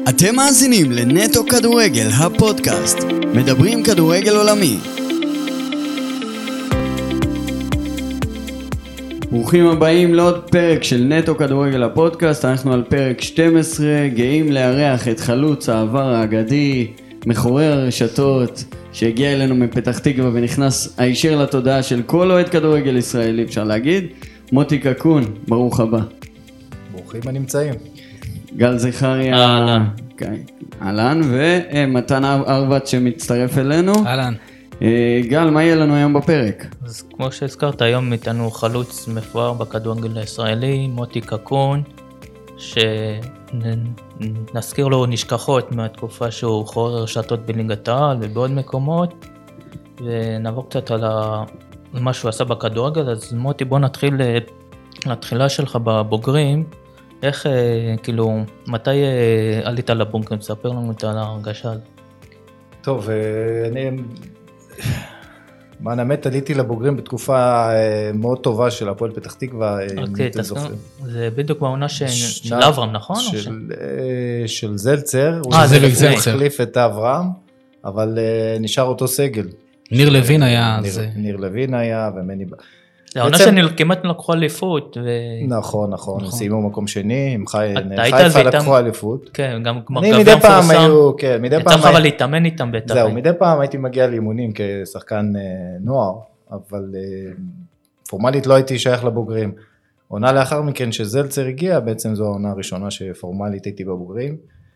אתם מאזינים לנטו כדורגל, הפודקאסט. מדברים כדורגל עולמי. ברוכים הבאים לעוד פרק של נטו כדורגל, הפודקאסט. אנחנו על פרק 12, גאים לארח את חלוץ העבר האגדי, מחורר הרשתות, שהגיע אלינו מפתח תקווה ונכנס הישר לתודעה של כל אוהד כדורגל ישראלי, אפשר להגיד. מוטי קקון, ברוך הבא. ברוכים הנמצאים. גל זכריה. אהלן. אהלן, ומתן ארבט שמצטרף אלינו. אהלן. גל, מה יהיה לנו היום בפרק? אז כמו שהזכרת, היום איתנו חלוץ מפואר בכדורגל הישראלי, מוטי קקון, שנזכיר לו נשכחות מהתקופה שהוא חורר רשתות בליגת העל ובעוד מקומות, ונעבור קצת על מה שהוא עשה בכדורגל. אז מוטי, בוא נתחיל לתחילה שלך בבוגרים. איך, כאילו, מתי עלית לבוגרים? ספר לנו את ההרגשה. טוב, אני, מה נאמת, עליתי לבוגרים בתקופה מאוד טובה של הפועל פתח תקווה, אם אתם זוכרים. זה בדיוק בעונה של אברהם, נכון? של זלצר, הוא החליף את אברהם, אבל נשאר אותו סגל. ניר לוין היה. ניר לוין היה, ומני... זה העונה שכמעט לקחו אליפות. נכון, סיימו מקום שני, עם חיפה לקחו אליפות. כן, גם מדי פעם היו, כן, מדי פעם... צריך אבל להתאמן איתם בטח. זהו, מדי פעם הייתי מגיע לאימונים כשחקן נוער, אבל פורמלית לא הייתי שייך לבוגרים. עונה לאחר מכן שזלצר הגיע, בעצם זו העונה הראשונה שפורמלית הייתי בבוגרים.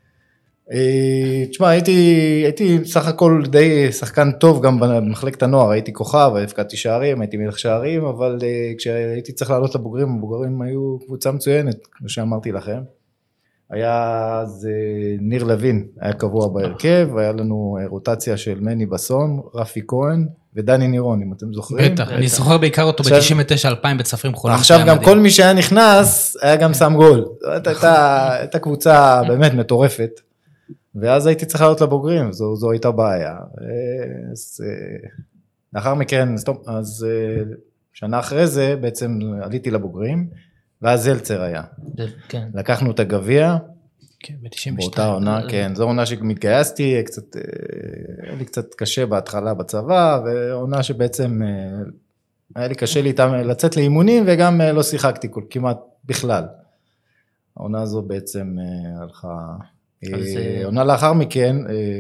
תשמע, הייתי סך הכל די שחקן טוב גם במחלקת הנוער, הייתי כוכב, הפקדתי שערים, הייתי מלך שערים, אבל כשהייתי צריך לעלות לבוגרים, הבוגרים היו קבוצה מצוינת, כמו שאמרתי לכם. היה אז ניר לוין, היה קבוע בהרכב, היה לנו רוטציה של מני בסון, רפי כהן ודני נירון, אם אתם זוכרים. בטח, אני זוכר בעיקר אותו ב-99-2000 בצפרים חולים. עכשיו גם כל מי שהיה נכנס, היה גם שם גול. הייתה קבוצה באמת מטורפת. ואז הייתי צריך לעלות לבוגרים, זו הייתה בעיה. אז לאחר מכן, אז שנה אחרי זה בעצם עליתי לבוגרים, ואז זלצר היה. כן. לקחנו את הגביע, כן, ב-92. באותה עונה, כן, זו עונה שמתגייסתי, היה לי קצת קשה בהתחלה בצבא, ועונה שבעצם היה לי קשה לצאת לאימונים, וגם לא שיחקתי כמעט בכלל. העונה הזו בעצם הלכה... עונה לאחר מכן,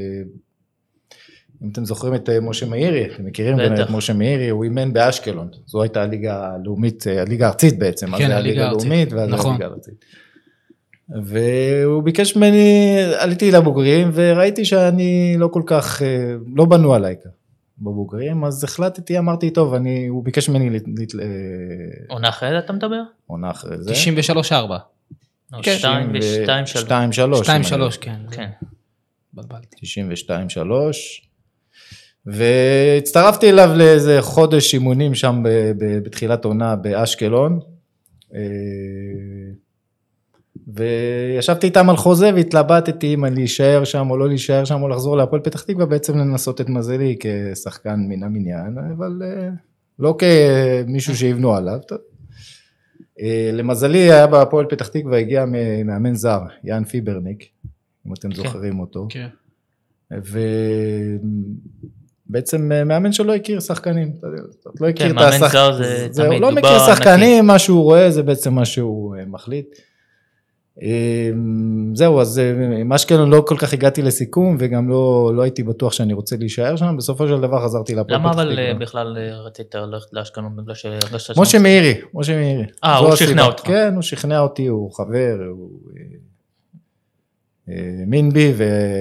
אם אתם זוכרים את משה מאירי, אתם מכירים את משה מאירי, הוא אימן באשקלון, זו הייתה הליגה הלאומית, הליגה הארצית בעצם, כן, הליגה הלאומית, ואז הליגה הארצית. והוא ביקש ממני, עליתי לבוגרים, וראיתי שאני לא כל כך, לא בנו עליי בבוגרים, אז החלטתי, אמרתי, טוב, הוא ביקש ממני... עונה אחרי זה אתה מדבר? עונה אחרי זה. 93-4. 2-3, כן. 92-3, והצטרפתי אליו לאיזה חודש אימונים שם בתחילת עונה באשקלון, וישבתי איתם על חוזה והתלבטתי אם להישאר שם או לא להישאר שם או לחזור להפועל פתח תקווה, בעצם לנסות את מזלי כשחקן מן המניין, אבל לא כמישהו שיבנו עליו. למזלי היה בהפועל פתח תקווה, הגיע מאמן זר, יאן פיברניק, אם אתם זוכרים אותו, ובעצם מאמן שלא הכיר שחקנים, לא הכיר את השחקנים, הוא לא מכיר שחקנים, מה שהוא רואה זה בעצם מה שהוא מחליט. זהו, אז עם אשקלון לא כל כך הגעתי לסיכום, וגם לא הייתי בטוח שאני רוצה להישאר שם, בסופו של דבר חזרתי להפועל פתח תקווה. למה אבל בכלל רצית ללכת לאשקלון? משה מאירי. הוא שכנע אותך. כן, הוא שכנע אותי, הוא חבר, הוא האמין בי,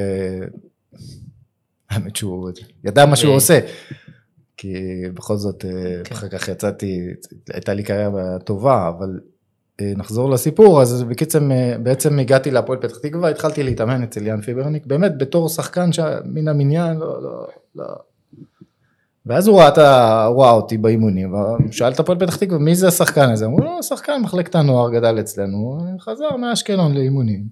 האמת שהוא ידע מה שהוא עושה, כי בכל זאת אחר כך יצאתי, הייתה לי קריירה טובה, אבל נחזור לסיפור, אז בעצם הגעתי להפועל פתח תקווה, התחלתי להתאמן אצל יאן פיברניק, באמת בתור שחקן מן המניין, לא. ואז הוא ראה אותי באימונים, ושאל את הפועל פתח תקווה, מי זה השחקן הזה? אמרו לו, שחקן מחלקת הנוער גדל אצלנו, חזר מאשקלון לאימונים.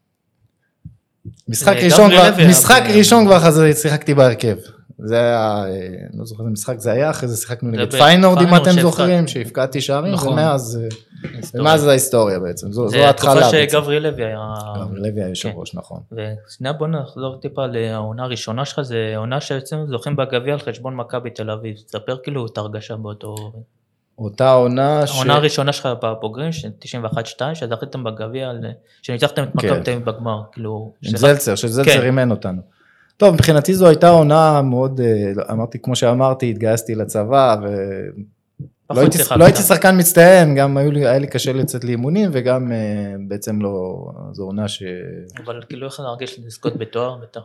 משחק ראשון כבר שיחקתי בהרכב. זה היה, לא זוכר איזה משחק זה היה, אחרי זה שיחקנו נגד פיינורד, אם אתם זוכרים, שהפקדתי שערים, ומאז ומה זה ההיסטוריה בעצם, זו זה ההתחלה התקופה בעצם. שגברי לוי היה... גברי לוי היה יושב ראש, נכון. ושנייה בוא נחזור טיפה לעונה הראשונה שלך, זה עונה שבעצם זוכים בגביע על חשבון מכבי תל אביב, תספר כאילו את הרגשה באותו... אותה עונה העונה הראשונה שלך בבוגרים, 91-2, שזכיתם בגביע, שניצחתם את מכבי תל אביב בגמר, כאילו... עם זלצר, שזלצר אימן אותנו. טוב, מבחינתי זו הייתה עונה מאוד, אמרתי, כמו שאמרתי, התגייסתי לצבא, לא הייתי שחקן מצטיין, גם היה לי קשה לצאת לאימונים, וגם בעצם לא, זו עונה ש... אבל כאילו איך להרגיש לזכות בתואר בטח?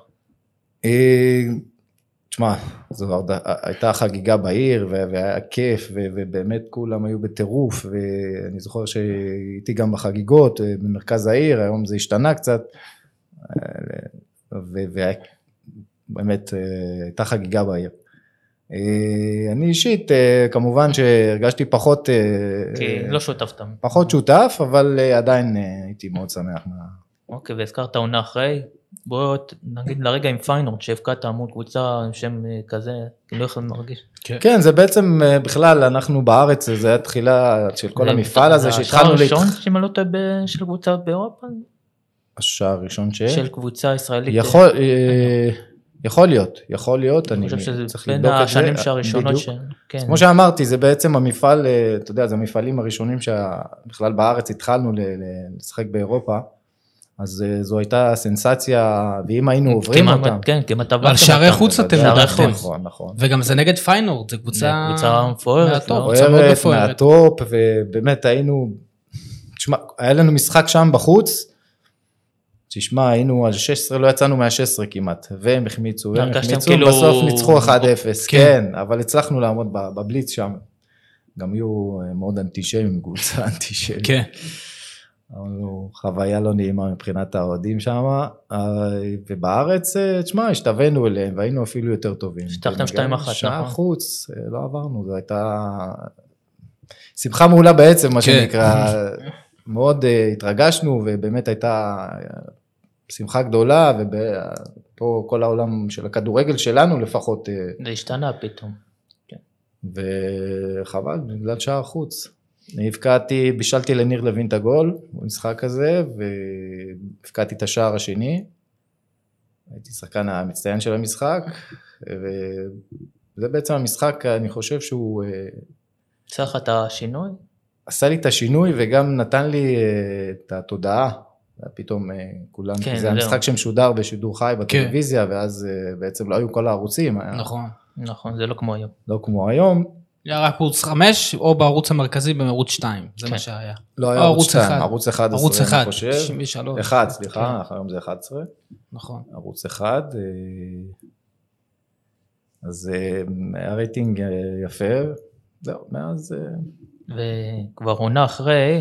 תשמע, זו הייתה חגיגה בעיר, והיה כיף, ובאמת כולם היו בטירוף, ואני זוכר שהייתי גם בחגיגות במרכז העיר, היום זה השתנה קצת, ובאמת הייתה חגיגה בעיר. אני אישית, כמובן שהרגשתי פחות... כי לא שותפת. פחות שותף, אבל עדיין הייתי מאוד שמח. אוקיי, והזכרת עונה אחרי, בואו נגיד לרגע עם פיינורד, שהפקעת מול קבוצה עם שם כזה, כאילו איך אני מרגיש? כן, זה בעצם בכלל, אנחנו בארץ, זה היה תחילה של כל המפעל הזה, שהתחלנו... זה השער הראשון שמלא אותו של קבוצה באירופה? השער הראשון של קבוצה ישראלית. יכול להיות, אני חושב שזה בין השנים שהראשונות כמו שאמרתי, זה בעצם המפעל, אתה יודע, זה המפעלים הראשונים שבכלל בארץ התחלנו לשחק באירופה, אז זו הייתה סנסציה, ואם היינו עוברים אותם. כן, כמעט עברתם. על שערי חוץ אתם נכון. וגם זה נגד פיינורד, זה קבוצה מפוארת. מפוארת, מהטופ, ובאמת היינו, תשמע, היה לנו משחק שם בחוץ, תשמע, היינו על 16, לא יצאנו מה-16 כמעט, והם החמיצו, בסוף ניצחו 1-0, כן, אבל הצלחנו לעמוד בבליץ שם, גם היו מאוד אנטישמים, קבוצה אנטישמית. כן. חוויה לא נעימה מבחינת האוהדים שם, ובארץ, תשמע, השתווינו אליהם, והיינו אפילו יותר טובים. השתחתם 2-1, נכון? שעה חוץ, לא עברנו, זו הייתה שמחה מעולה בעצם, מה שנקרא, מאוד התרגשנו, ובאמת הייתה שמחה גדולה, ופה כל העולם של הכדורגל שלנו לפחות. זה השתנה פתאום. וחבל, בגלל שער חוץ. בישלתי לניר לוין את הגול, במשחק הזה, והפקעתי את השער השני. הייתי שחקן המצטיין של המשחק, וזה בעצם המשחק, אני חושב שהוא... צריך את השינוי? עשה לי את השינוי, וגם נתן לי את התודעה. פתאום כולם, זה המשחק שמשודר בשידור חי בטלוויזיה, ואז בעצם לא היו כל הערוצים. נכון, זה לא כמו היום. לא כמו היום. היה רק ערוץ 5, או בערוץ המרכזי בערוץ 2, זה מה שהיה. לא היה ערוץ 2, ערוץ 11, ערוץ 1, אני חושב. 93. 1, סליחה, היום זה 11. נכון. ערוץ 1. אז היה רייטינג יפה, זהו, מאז... וכבר עונה אחרי,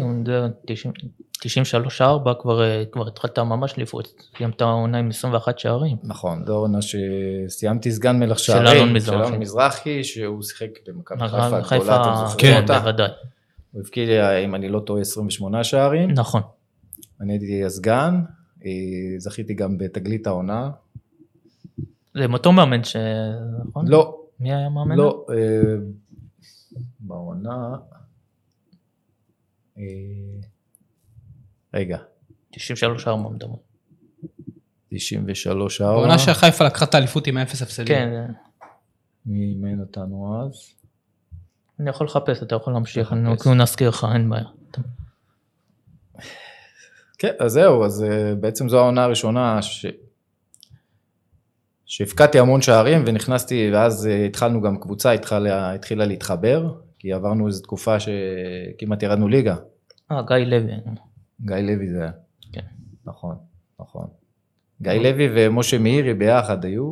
93-4, כבר התחלת ממש לפרוץ, סיימת העונה עם 21 שערים. נכון, זו עונה שסיימתי סגן מלך שערים, של אלון מזרחי, שהוא שיחק במכבי חיפה גדולה, אתם זוכרים אותה? בוודאי. הוא הבקיע לי, אם אני לא טועה, 28 שערים. נכון. אני הייתי הסגן, זכיתי גם בתגלית העונה. זה עם אותו מאמן נכון? לא. מי היה מאמן? לא, בעונה... רגע. 93-4 מדבר. 93-4. בעונה שהחיפה לקחה את האליפות עם 0 הפסדים. כן. מי אימן אותנו אז? אני יכול לחפש, אתה יכול להמשיך, אני נזכיר לך, אין בעיה. כן, אז זהו, אז בעצם זו העונה הראשונה שהפקעתי המון שערים ונכנסתי, ואז התחלנו גם קבוצה, התחילה להתחבר, כי עברנו איזו תקופה שכמעט ירדנו ליגה. גיא לוי. גיא לוי זה היה. כן. נכון, נכון. גיא לוי ומשה מאירי ביחד היו.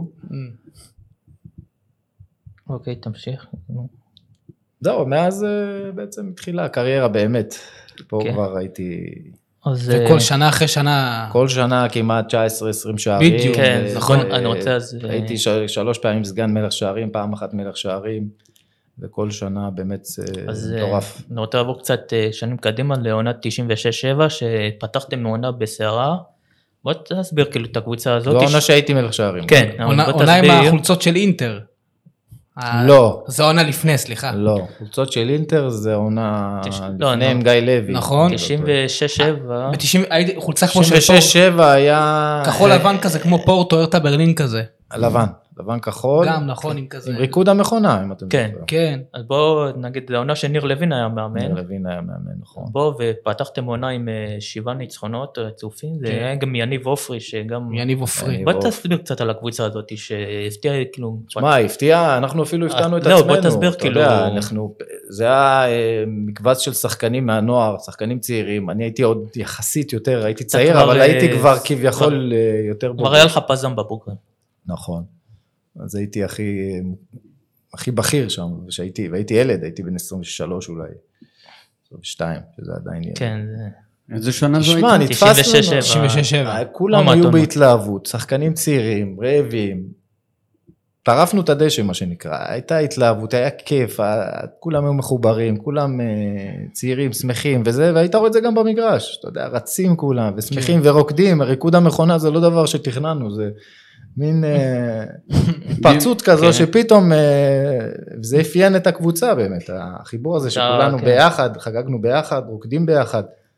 אוקיי, תמשיך. זהו, מאז בעצם התחילה הקריירה באמת. פה כבר הייתי... וכל שנה אחרי שנה... כל שנה כמעט 19-20 שערים. בדיוק. כן, נכון, אני רוצה אז... הייתי 3 פעמים סגן מלך שערים, פעם אחת מלך שערים. וכל שנה באמת מטורף. אני רוצה לעבור קצת שנים קדימה לעונת 96-7, שפתחתם מעונה בסערה. בוא תסביר כאילו את הקבוצה הזאת. זו עונה שהייתי מלך שערים. כן. עונה עם החולצות של אינטר. לא. זה עונה לפני, סליחה. לא, קבוצות של אינטר זה עונה לא, לפני עם גיא לוי. נכון. 96-7. חולצה כמו של 96-7 היה... כחול לבן כזה, כמו פורטו, ארטה ברלין כזה. לבן כחול. גם, נכון, עם כזה. עם ריקוד המכונה, אם אתם כן. זוכרים. כן. אז בואו נגיד, לעונה שניר לוין היה מאמן. ניר לוין היה מאמן, נכון. בואו ופתחתם עונה עם 7 ניצחונות רצופים, זה היה גם יניב עופרי שגם... יניב עופרי. בוא תסביר קצת על הקבוצה הזאת שהפתיעה כאילו... שמע, הפתיעה, אנחנו אפילו הפתענו את לא, עצמנו. בוא תסביר כאילו... זה היה מקבץ של שחקנים מהנוער, שחקנים צעירים, אני הייתי עוד יחסית יותר, הייתי צעיר, אבל הייתי כבר כביכול יותר בוגר. כבר היה לך פזם בבוגרים. נכון. אז הייתי הכי בכיר שם, והייתי ילד, הייתי בן 23 אולי, 22, שזה עדיין ילד. כן. איזה שנה זו שמע, הייתה? נתפסנו, 96-7. כולם היו בהתלהבות, שחקנים צעירים, רעבים, טרפנו את הדשא מה שנקרא, הייתה התלהבות, היה כיף, כולם היו מחוברים, כולם צעירים, שמחים, והיית רואה את זה גם במגרש, אתה יודע, רצים כולם, ושמחים ורוקדים, הריקוד המכונה זה לא דבר שתכננו, זה... מין התפרצות כזו שפתאום, זה אפיין את הקבוצה באמת, החיבור הזה שכולנו ביחד, חגגנו ביחד, רוקדים ביחד,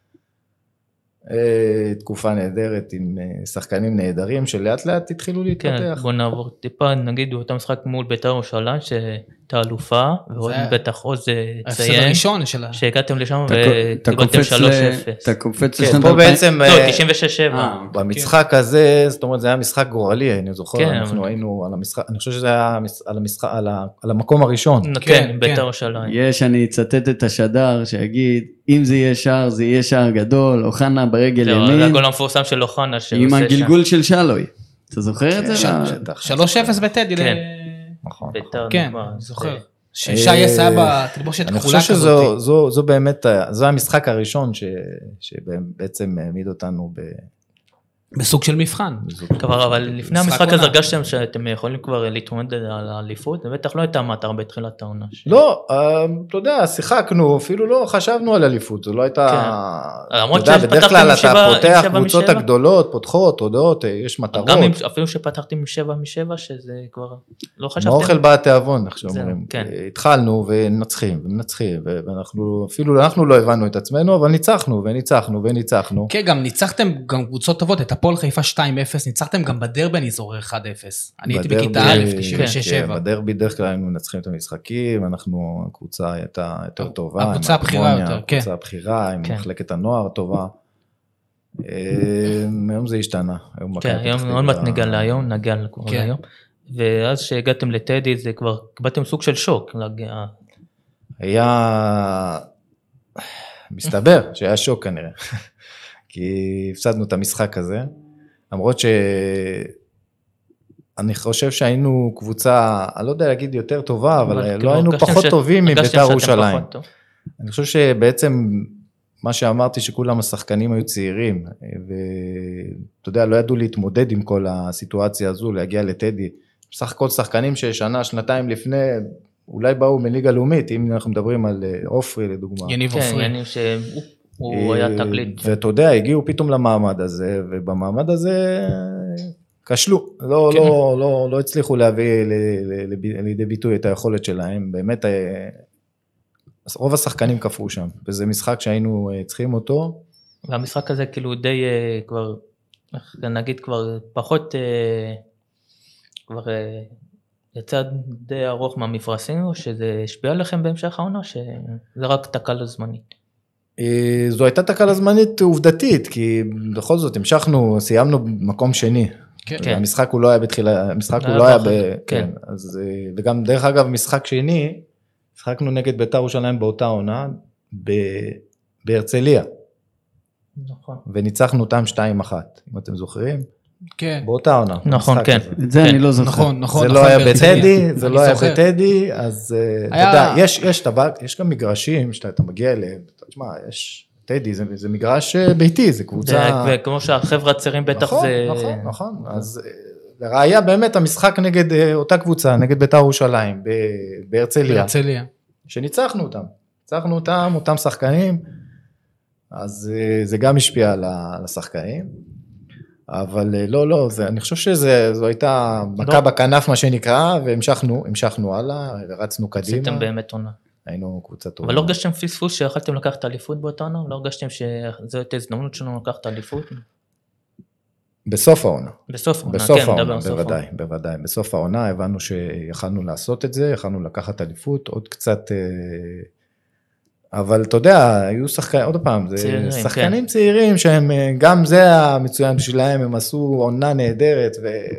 תקופה נהדרת עם שחקנים נהדרים שלאט לאט התחילו להתפתח. כן, בוא נעבור טיפה, נגיד אותו משחק מול בית"ר ירושלים שהייתה אלופה, ועוד בטח עוד ציין, הראשון שלה. שהגעתם לשם וקיבלתם 3-0. אתה קופץ לשנת 2000. פה בעצם, לא, 96-7. במשחק הזה, זאת אומרת זה היה משחק גורלי, אני זוכר, אנחנו היינו על המשחק, אני חושב שזה היה על המקום הראשון. כן, בית"ר ירושלים. אני אצטט את השדר שיגיד, אם זה יהיה שער, זה יהיה שער גדול, אוחנה ברגל ימין. זה הגול המפורסם של אוחנה. עם הגלגול של שלוי. אתה זוכר את זה? 3-0 בטדי. נכון. כן, זוכר. ששי עשה בתלבושת כחולה כזאת. אני חושב שזו באמת, זה המשחק הראשון שבעצם העמיד אותנו בסוג של מבחן. אבל לפני המשחק הזה הרגשתם שאתם יכולים כבר להתמודד על האליפות, זה בטח לא הייתה מטרה בתחילת העונה. לא, אתה יודע, שיחקנו, אפילו לא חשבנו על אליפות, זו לא הייתה... למרות בדרך כלל אתה פותח קבוצות הגדולות, פותחות, הודעות, יש מטרות. גם אפילו שפתחתם 7-7, שזה כבר לא חשבתם. מאוכל בא התיאבון, איך שאומרים. התחלנו ומנצחים, ואנחנו, אפילו אנחנו לא הבנו את עצמנו, אבל ניצחנו וניצחנו וניצחנו. כן, גם ניצחתם גם קבוצות טובות, את הפועל חיפה 2-0, ניצחתם גם בדרבי אני זוכר 1-0. אני הייתי בכיתה א', 96-7. בדרבי דרך כלל היינו מנצחים את המשחקים, אנחנו, הקבוצה הייתה יותר טובה. הקבוצה הבחירה יותר, כן. הקבוצה הבחירה, עם מחלקת הנוער טובה. היום זה השתנה. כן, היום עוד מעט נגיע להיום, נגיע להיום. ואז שהגעתם לטדי, זה כבר קיבלתם סוג של שוק. היה... מסתבר שהיה שוק כנראה. כי הפסדנו את המשחק הזה, למרות שאני חושב שהיינו קבוצה, אני לא יודע להגיד יותר טובה, אבל לא היינו פחות טובים מבית"ר ירושלים. אני חושב שבעצם מה שאמרתי שכולם השחקנים היו צעירים, ואתה יודע, לא ידעו להתמודד עם כל הסיטואציה הזו, להגיע לטדי, בסך הכל שחקנים ששנה, שנתיים לפני, אולי באו מליגה לאומית, אם אנחנו מדברים על עופרי לדוגמה. יניב עופרי. הוא היה תגלית. ואתה יודע, הגיעו פתאום למעמד הזה, ובמעמד הזה כשלו, לא הצליחו להביא לידי ביטוי את היכולת שלהם, באמת רוב השחקנים כפרו שם, וזה משחק שהיינו צריכים אותו. והמשחק הזה כאילו די כבר, נגיד כבר פחות, כבר יצא די ארוך מהמפרשים, או שזה השפיע עליכם בהמשך העונה, שזה רק תקלה זמנית? זו הייתה תקלה זמנית עובדתית, כי בכל זאת המשכנו, סיימנו מקום שני. כן. המשחק הוא לא היה בתחילה, המשחק הוא לא היה כן. אז, וגם דרך אגב משחק שני, משחקנו נגד בית"ר ירושלים באותה עונה, בהרצליה. נכון. וניצחנו אותם 2-1, אם אתם זוכרים. כן. באותה עונה. נכון, כן. את זה אני לא זוכר. זה לא היה בטדי, זה לא היה בטדי, אז אתה יודע, יש גם מגרשים שאתה מגיע אליהם, תשמע, יש טדי, זה מגרש ביתי, זה קבוצה... וכמו שהחבר'ה הצעירים בטח זה... נכון, אז לראיה באמת המשחק נגד אותה קבוצה, נגד בית"ר ירושלים, בהרצליה, שניצחנו אותם, אותם שחקנים, אז זה גם השפיע על השחקנים. אבל לא, אני חושב שזו הייתה מכה בכנף מה שנקרא, והמשכנו הלאה, רצנו קדימה. עשיתם באמת עונה. היינו קבוצה טובה. אבל לא הרגשתם פספוס שיכלתם לקחת אליפות באותה עונה? לא הרגשתם שזו הייתה הזדמנות שלנו לקחת אליפות? בסוף העונה. בסוף העונה, בסוף העונה, בוודאי. בסוף העונה הבנו שיכלנו לעשות את זה, יכלנו לקחת אליפות, עוד קצת... אבל אתה יודע, היו שחקנים, עוד פעם, זה שחקנים צעירים שהם, גם זה המצוין שלהם, הם עשו עונה נהדרת,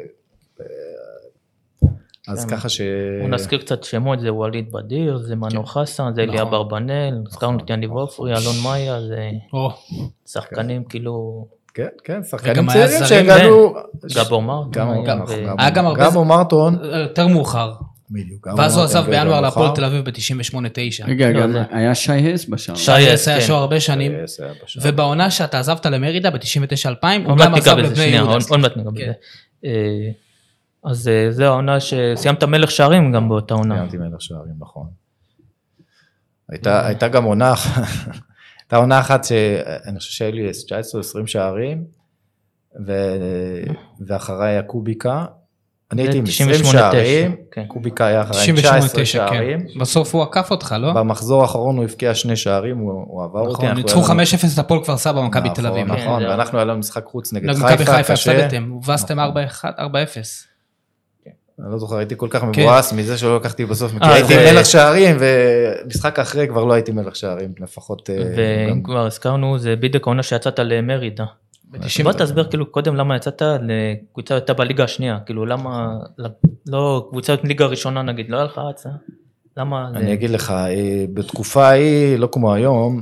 אז ככה ש... הוא נזכיר קצת שמות, זה ווליד בדיר, זה מנו חסן, זה אליה ברבנל, נזכרנו את יניב עופרי, אלון מאיה, זה שחקנים כאילו... כן, שחקנים צעירים שהגענו... גבור מרטון. גבור מרטון. יותר מאוחר. בדיוק. ואז הוא עזב בינואר להפועל תל אביב ב-98-9. רגע, גם היה שי הס בשער. שי הס היה שוער הרבה שנים, ובעונה שאתה עזבת למרידה ב-99-2000, הוא גם עזב לבני יהודה. עוד מעט ניגע בזה. אז זו העונה שסיימת מלך שערים גם באותה עונה. סיימתי מלך שערים, נכון. הייתה גם עונה, הייתה עונה אחת שאני חושב שהיה לי 19-20 שערים, ואחריי היה קוביקה, אני הייתי עם 20 שערים, קוביקה היה אחריי 19 שערים. בסוף הוא עקף אותך, לא? במחזור האחרון הוא הבקיע 2 שערים, הוא עבר אותי. ניצחו 5-0 את הפועל כפר סבא במכבי תל אביב. נכון, ואנחנו היה לנו משחק חוץ נגד מכבי חיפה קשה. הפסדתם, הובסתם 4-1, 4-0. אני לא זוכר, הייתי כל כך מבואס מזה שלא לקחתי בסוף, הייתי מלך שערים, ומשחק אחרי כבר לא הייתי מלך שערים, לפחות... וכבר הזכרנו, זה בדיוק העונה שיצאת למרידה. בוא תסביר כאילו קודם למה יצאת לקבוצה הייתה בליגה השנייה, כאילו למה, לא קבוצה ליגה הראשונה נגיד, לא היה לך הצעה? למה? אני אגיד לך, בתקופה ההיא, לא כמו היום,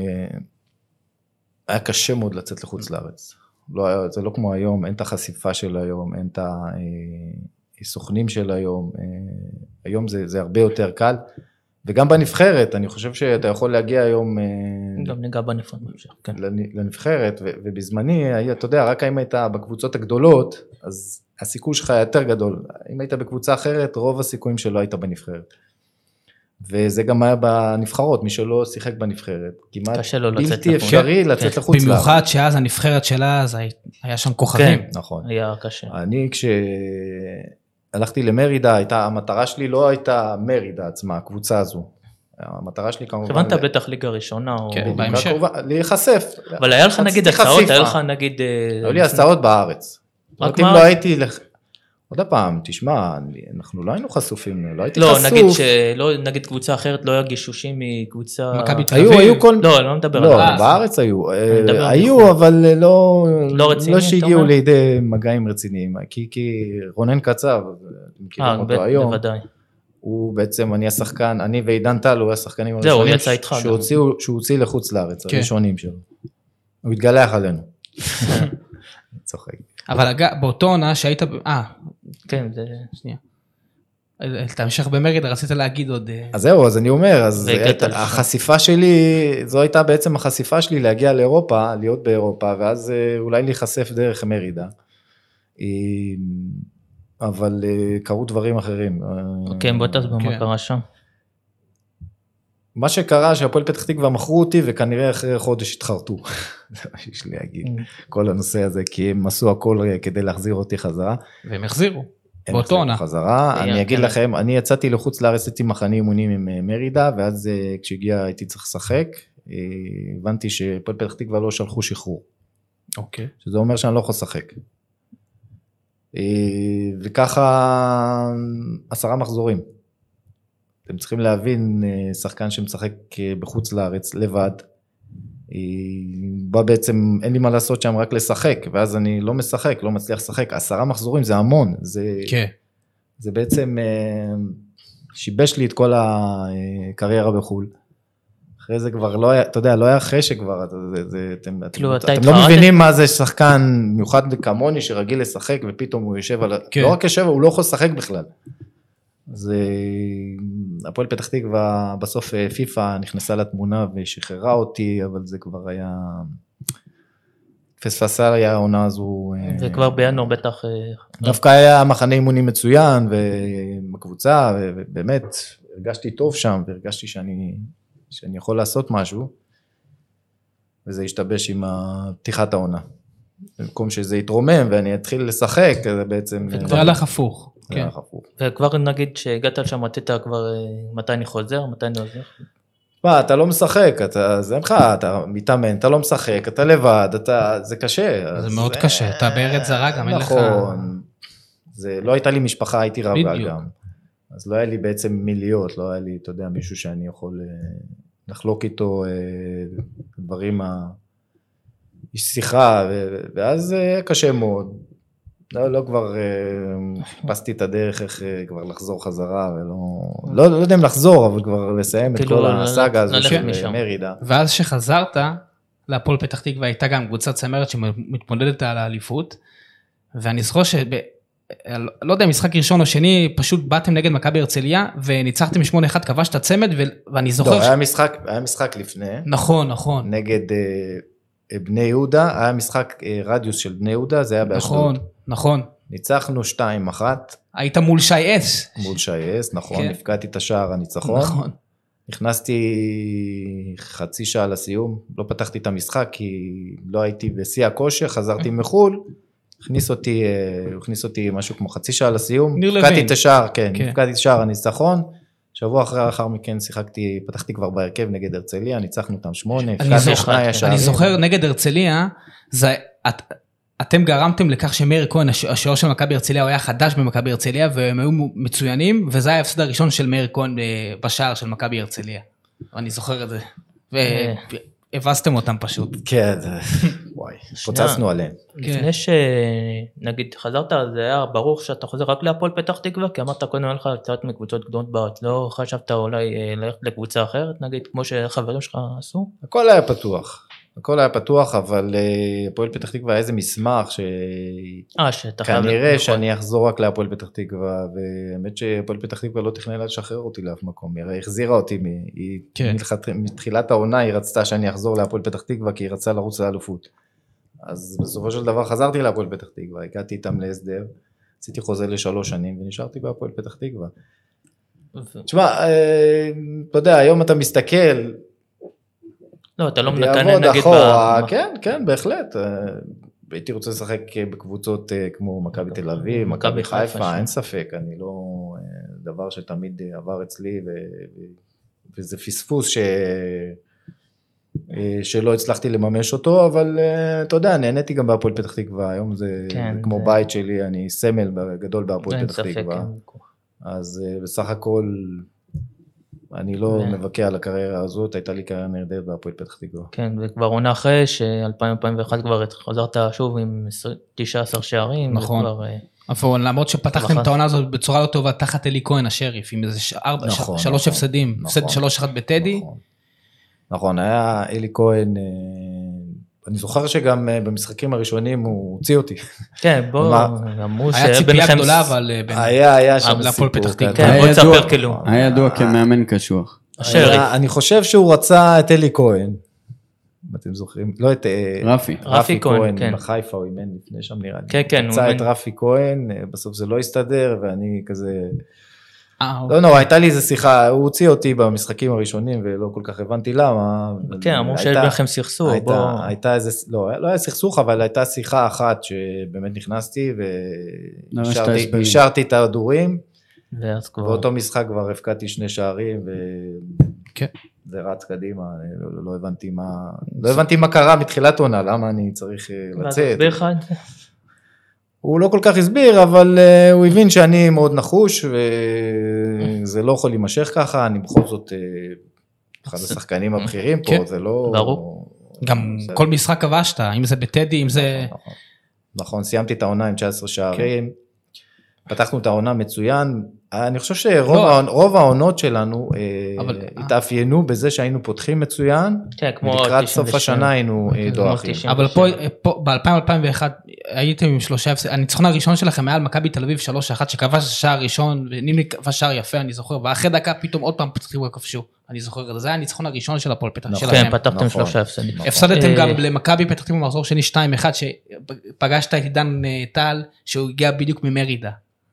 היה קשה מאוד לצאת לחוץ לארץ. זה לא כמו היום, אין את החשיפה של היום, אין את הסוכנים של היום, היום זה הרבה יותר קל, וגם בנבחרת, אני חושב שאתה יכול להגיע היום... גם ניגע בנבחרת. כן. לנבחרת, ובזמני, אתה יודע, רק אם היית בקבוצות הגדולות, אז הסיכוי שלך היה יותר גדול. אם היית בקבוצה אחרת, רוב הסיכויים שלא היית בנבחרת. וזה גם היה בנבחרות, מי שלא שיחק בנבחרת, כמעט בלתי אפשרי לצאת לחוץ לארץ. במיוחד שאז הנבחרת שלה, אז היה שם כוכבים. כן, נכון. היה קשה. אני כשהלכתי למרידה, המטרה שלי לא הייתה מרידה עצמה, הקבוצה הזו. המטרה שלי כמובן... הבנת בטח ליגה ראשונה. כן, בהמשך. להיחשף. אבל היה לך נגיד הצעות, היה לך נגיד... היו לי הצעות בארץ. רק אם לא הייתי... עוד פעם, תשמע, אנחנו לא היינו חשופים, לא הייתי חשוף. לא, נגיד קבוצה אחרת לא היה גישושים מקבוצה... מכבי תל אביב. היו כל... לא, לא מדבר על זה. לא, בארץ היו. היו, אבל לא שהגיעו לידי מגעים רציניים. כי רונן קצב, מכירים אותו היום. בוודאי. הוא בעצם, אני השחקן, אני ועידן טל, הוא השחקנים הראשונים שהוא הוציא לחוץ לארץ, הראשונים שלו. הוא התגלח עלינו. צוחק. אבל באותו עונה שהיית... כן, זה... שנייה. אתה המשך במרידה, רצית להגיד עוד... אז זהו, אז אני אומר, אז החשיפה שלי, זו הייתה בעצם החשיפה שלי להגיע לאירופה, להיות באירופה, ואז אולי להיחשף דרך מרידה. אבל קרו דברים אחרים. אוקיי, בוא תסביר מה קרה שם. מה שקרה שהפועל פתח תקווה מכרו אותי, וכנראה אחרי חודש התחרטו. זה מה שיש לי להגיד. כל הנושא הזה, כי הם עשו הכל כדי להחזיר אותי חזרה. והם החזירו. באותו עונה. חזרה. אני אגיד לכם, אני יצאתי לחוץ לארץ, הייתי מחנה אימונים עם מרידה, ואז כשהגיע הייתי צריך לשחק, הבנתי שהפועל פתח תקווה לא שלחו שחרור. אוקיי. שזה אומר שאני לא יכול לשחק. וככה 10 מחזורים. אתם צריכים להבין, שחקן שמשחק בחוץ לארץ לבד, בא בעצם, אין לי מה לעשות שם רק לשחק, ואז אני לא משחק, לא מצליח לשחק, 10 מחזורים זה המון, זה בעצם שיבש לי את כל הקריירה בחול. אחרי זה כבר לא היה, אתה יודע, לא היה חשק כבר, אתם לא מבינים מה זה שחקן מיוחד כמוני שרגיל לשחק, ופתאום הוא יושב על, לא רק יושב, הוא לא יכול לשחק בכלל. אז הפועל פתח תקווה בסוף פיפה נכנסה לתמונה ושחררה אותי, אבל זה כבר היה, פספסה היה העונה הזו. זה כבר בינואר בטח. דווקא היה מחנה אימונים מצוין ובקבוצה, ובאמת הרגשתי טוב שם, והרגשתי שאני יכול לעשות משהו, וזה השתבש עם פתיחת העונה. במקום שזה יתרומם ואני אתחיל לשחק, זה בעצם... זה הלך הפוך. זה הלך הפוך. וכבר נגיד שהגעת לשם, רצית כבר מתי אני חוזר, מתי אני עוזר? אתה לא משחק, זה אין לך, אתה מתאמן, אתה לא משחק, אתה לבד, זה קשה. זה מאוד קשה, אתה בארץ זרה גם, אין לך... נכון, לא הייתה לי משפחה, הייתי רבה בדיוק. גם. אז לא היה לי בעצם מיליות, לא היה לי, אתה יודע, מישהו שאני יכול לחלוק איתו דברים, יש שיחה, ואז זה היה קשה מאוד. לא כבר חיפשתי את הדרך איך כבר לחזור חזרה, ולא יודע אם לחזור, אבל כבר לסיים את כל הסאגה הזו של מרידה. ואז שחזרת להפועל פתח תקווה, הייתה גם קבוצת צמרת שמתמודדת על האליפות, ואני זוכר לא יודע, משחק ראשון או שני, פשוט באתם נגד מכבי הרצליה, וניצחתם 8-1, כבשת צמד, ואני זוכר... לא, היה משחק לפני. נכון, נכון. נגד בני יהודה, היה משחק רדיוס של בני יהודה, זה היה באשדוד. נכון, נכון. ניצחנו 2-1. היית מול שי אס. מול שי אס, נכון, הפקעתי את השער הניצחון. נכון. נכנסתי חצי שעה לסיום, לא פתחתי את המשחק, כי לא הייתי בשיא הכושר, חזרתי מחול, הכניס אותי משהו כמו חצי שעה לסיום, הפקעתי את השער, כן, הפקעתי את השער הניצחון, שבוע אחר מכן פתחתי כבר בהרכב נגד הרצליה, ניצחנו אותם 8, הפקעתי 2 השערים. אני זוכר נגד הרצליה, אתם גרמתם לכך שמאיר כהן, השוער של מכבי הרצליה, הוא היה חדש במכבי הרצליה, והם היו מצוינים, וזה היה ההפסד הראשון של מאיר כהן בשער של מכבי הרצליה. אני זוכר את זה. והבסתם אותם פשוט. כן, וואי, פוצצנו עליהם. לפני שנגיד חזרת, זה היה ברור שאתה חוזר רק להפועל פתח תקווה, כי אמרת קודם היה לך קצת מקבוצות גדולות בארץ, לא חשבת אולי ללכת לקבוצה אחרת, נגיד, כמו שחברים שלך עשו? הכל היה פתוח. הכל היה פתוח, אבל הפועל פתח תקווה היה איזה מסמך כנראה שאני אחזור רק להפועל פתח תקווה, והאמת שהפועל פתח תקווה לא תכננה לשחרר אותי לאף מקום, היא החזירה אותי, מתחילת העונה היא רצתה שאני אחזור להפועל פתח תקווה, כי היא רצתה לרוץ לאלופות. אז בסופו של דבר חזרתי להפועל פתח תקווה, הגעתי איתם להסדר, עשיתי חוזה ל3 שנים, ונשארתי בהפועל פתח תקווה. תשמע, אתה יודע, היום אתה מסתכל, לא, אתה לא מתעניין נגיד כן, כן, בהחלט. הייתי רוצה לשחק בקבוצות כמו מכבי תל אביב, מכבי חיפה, אין ספק, אני לא, דבר שתמיד עבר אצלי, וזה פספוס שלא הצלחתי לממש אותו, אבל אתה יודע, נהניתי גם בהפועל פתח תקווה, היום זה כמו בית שלי, אני סמל גדול בהפועל פתח תקווה, אז בסך הכל, אני לא מבקר על הקריירה הזאת, הייתה לי קריירה נהדרת בהפועל פתח תקווה. כן, וכבר עונה אחרי ש-2021 כבר חזרת שוב עם 19 שערים. נכון. למרות שפתחתם את העונה הזאת בצורה לא טובה, תחת אלי כהן השריף, עם איזה 3 הפסדים, הפסד 3-1 בטדי. נכון, היה אלי כהן, אני זוכר שגם במשחקים הראשונים הוא הוציא אותי. כן, בוא, היה ציפייה גדולה, אבל היה שם סיפור. היה ידוע כמאמן קשוח. אני חושב שהוא רצה את אלי כהן, אתם זוכרים? לא את רפי כהן, בחיפה הוא אימן לפני שם נראה לי. כן, כן. רצה את רפי כהן, בסוף זה לא הסתדר, ואני כזה... לא, הייתה לי איזו שיחה, הוא הוציא אותי במשחקים הראשונים, ולא כל כך הבנתי למה. כן, אמרו שיש לכם סכסוך. הייתה איזה, לא היה סכסוך, אבל הייתה שיחה אחת שבאמת נכנסתי, והשארתי את הדורים, ואותו משחק כבר הפקעתי 2 שערים, וזה רץ קדימה, לא הבנתי מה קרה מתחילת עונה, למה אני צריך לצאת. הוא לא כל כך הסביר, אבל הוא הבין שאני מאוד נחוש, וזה לא יכול להימשך ככה, אני בכל זאת אחד השחקנים הבכירים פה, זה לא... ברור. גם כל משחק כבשת, אם זה בטדי, אם זה... נכון, סיימתי את העונה עם 19 שערים, פתחנו את העונה מצוין, אני חושב שרוב העונות שלנו התאפיינו בזה שהיינו פותחים מצוין, ולקראת סוף השנה היינו דועכים. אבל פה ב-2001 הייתם עם 3 הפסדים, הניצחון הראשון שלכם היה על מכבי תל אביב 3-1, שכבש שער ראשון, ונימני כבש שער יפה, אני זוכר, ואחרי דקה פתאום עוד פעם פתחו וכבשו, אני זוכר, זה היה הניצחון הראשון של הפועל פתח תקווה. כן, פתחתם 3 הפסדים. הפסדתם גם למכבי פתח תקווה במחזור שני 2-1, שפגשת את עידן טל, שהוא הגיע בדיוק ממרידה.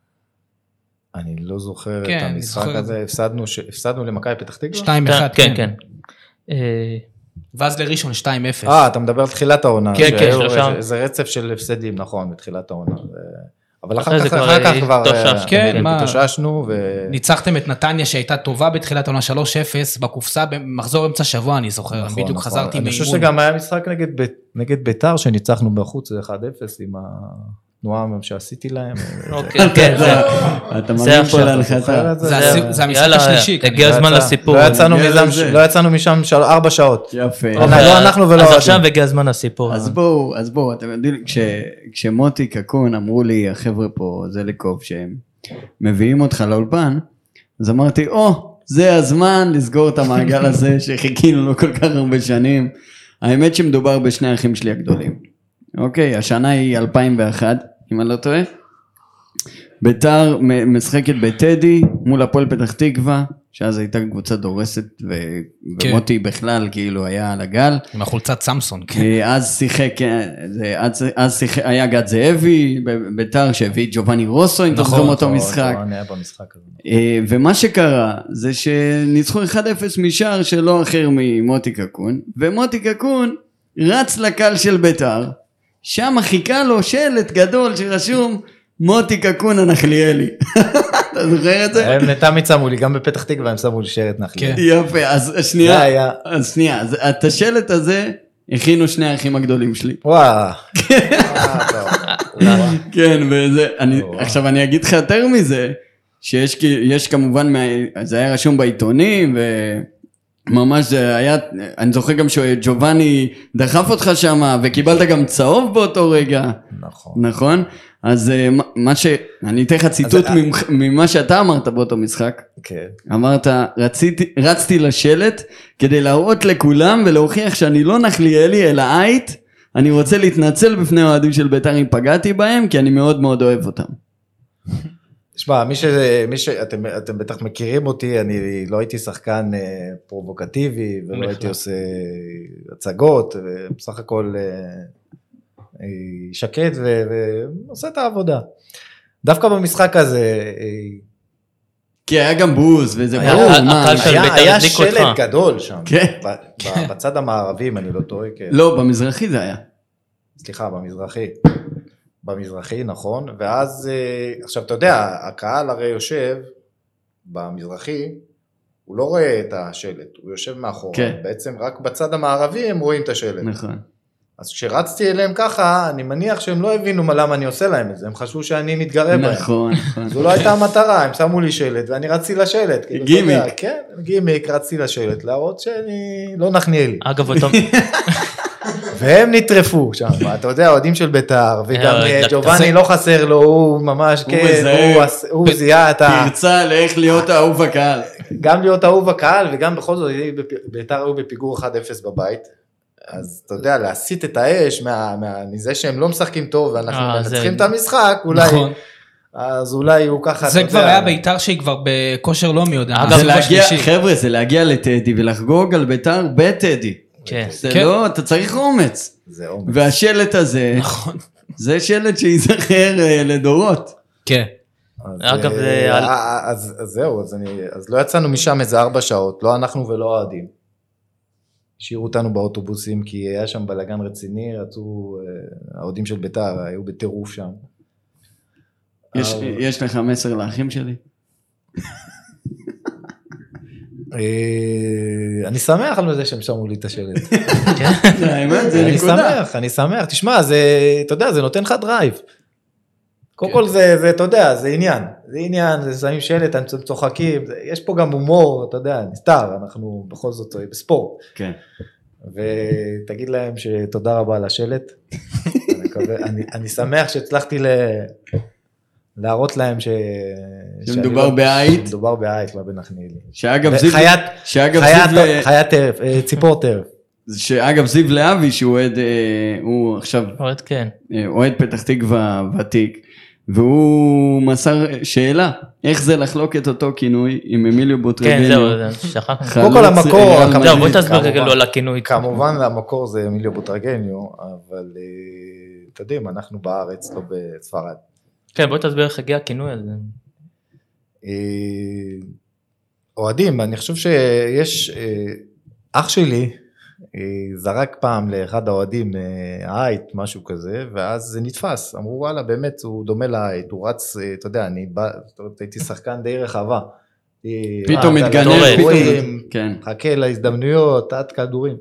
אני לא זוכר את המשחק הזה, הפסדנו למכבי פתח תקווה? 2-1, כן, כן. ואז לראשון 2-0. אתה מדבר על תחילת העונה. כן, כן, שלושה. זה רצף של הפסדים, נכון, בתחילת העונה. אבל אחרי אחר זה כך כבר כן, מה? התאוששנו. ניצחתם את נתניה שהייתה טובה בתחילת העונה 3-0 בקופסה במחזור אמצע שבוע אני זוכר, נכון, בדיוק נכון. חזרתי אני חושב מאימון. שגם היה משחק נגד ביתר שניצחנו בחוץ 1-0 עם התנועה שעשיתי להם. אוקיי, כן, אתה מבין פה להנחתה. זה המשחק השלישי. הגיע הזמן לסיפור. לא יצאנו משם 4 שעות. יפה. לא אנחנו ולא אז אוהדים. עכשיו הגיע הזמן לסיפור. אז בואו, אתם יודעים, כשמוטי קקון אמרו לי, החבר'ה פה, זה לקוב, שהם מביאים אותך לאולפן, אז אמרתי, זה הזמן לסגור את המעגל הזה, שחיכינו לו כל כך הרבה שנים. האמת שמדובר בשני האחים שלי הגדולים. אוקיי, השנה היא 2001, אם אני לא טועה. ביתר משחקת בטדי מול הפועל פתח תקווה, שאז הייתה קבוצה דורסת, ומוטי בכלל כאילו היה על הגל. עם החולצת סמסון. אז שיחק, היה גד זאבי, ביתר שהביא ג'ובאני רוסו, אם תחזום אותו משחק. ומה שקרה, זה שניצחו 1-0 משער שלא אחר ממוטי קקון, ומוטי קקון רץ לקל של ביתר, שם חיכה לו שלט גדול שרשום, מוטי קקון הנחליאלי. אתה זוכר את זה? הם תמיד שמו לי, גם בפתח תקווה הם שמו לי שרת נחליאלי. יפה, אז שנייה, את השלט הזה הכינו שני האחים הגדולים שלי. וואו. כן, עכשיו אני אגיד לך יותר מזה, שיש כמובן, זה היה רשום בעיתונים, ממש זה היה, אני זוכר גם שג'ובאני דחף אותך שם, וקיבלת גם צהוב באותו רגע. נכון? אז אני אתן לך ציטוט ממה שאתה אמרת באותו משחק. אמרת, רצתי לשלט כדי להראות לכולם ולהוכיח שאני לא נחליאלי אלא עית, אני רוצה להתנצל בפני האוהדים של בית"ר אם פגעתי בהם, כי אני מאוד מאוד אוהב אותם. תשמע, אתם בטח מכירים אותי, אני לא הייתי שחקן פרובוקטיבי, ולא הייתי עושה הצגות, ובסך הכל שקט ועושה את העבודה. דווקא במשחק הזה, כי היה גם בוז, וזה ברור. היה שלט גדול שם, בצד המערבי, אם אני לא טועה. לא, במזרחי זה היה. סליחה, במזרחי, נכון, ואז, עכשיו אתה יודע, הקהל הרי יושב במזרחי, הוא לא רואה את השלט, הוא יושב מאחורה, בעצם רק בצד המערבי הם רואים את השלט. נכון. אז כשרצתי אליהם ככה, אני מניח שהם לא הבינו למה אני עושה להם את זה, הם חשבו שאני מתגרה בהם. נכון. זו לא הייתה המטרה, הם שמו לי שלט, ואני רצתי לשלט. גימיק. כן, גימיק, רצתי לשלט, להראות שאני לא נחניאלי. אגב, אותו... והם נטרפו שם, אתה יודע, אוהדים של בית"ר, וגם ג'ובאני לא חסר לו, הוא ממש, כן, הוא זיהה את ה... פרצה לאיך להיות אהוב הקהל. גם להיות אהוב הקהל, וגם בכל זאת, בית"ר היו בפיגור 1-0 בבית, אז אתה יודע, להסיט את האש, מזה שהם לא משחקים טוב, ואנחנו מנצחים את המשחק, אולי... אז אולי הוא ככה... זה כבר היה בית"ר שהיא כבר בכושר לא מי יודע. חבר'ה, זה להגיע לטדי ולחגוג על בית"ר בטדי. זה לא, אתה צריך אומץ. זה אומץ. והשלט הזה, זה שלט שיזכר לדורות. כן. אגב, אז זהו, אז לא יצאנו משם איזה 4 שעות, לא אנחנו ולא אוהדים. השאירו אותנו באוטובוסים, כי היה שם בלגן רציני, רצו, האוהדים של בית"ר היו בטירוף שם. יש לך מסר לאחים שלי? אני שמח על זה שהם שמו לי את השלט. אני שמח, תשמע, אתה יודע, זה נותן לך דרייב. קודם כל זה, אתה יודע, זה עניין, זה שמים שלט, הם צוחקים, יש פה גם הומור, אתה יודע, נסתר, אנחנו בכל זאת בספורט. כן. ותגיד להם שתודה רבה על השלט. אני שמח שהצלחתי להראות להם שמדובר בעית. שמדובר בעית, לא בנחניאלי. שאגב חיית טרף, ציפור טרף. שאגב זיו להבי שהוא אוהד, הוא עכשיו אוהד פתח תקווה ותיק, והוא מסר שאלה, איך זה לחלוק את אותו כינוי עם אמיליו בוטרגניו? כן, זהו, שכחנו. קודם כל המקור, בוא תסביר כאילו על הכינוי. כמובן המקור זה אמיליו בוטרגניו, אבל אתה יודעים, אנחנו בארץ, לא בספרד. כן, בוא תסביר איך הגיע הכינוי הזה. אוהדים, אני חושב שיש, אח שלי, זרק פעם לאחד האוהדים האייט, משהו כזה, ואז זה נתפס, אמרו וואלה באמת הוא דומה לאייט, הוא רץ, אתה יודע, הייתי שחקן די רחבה, פתאום מתגנב, פתאום חכה להזדמנויות, עד כדורים,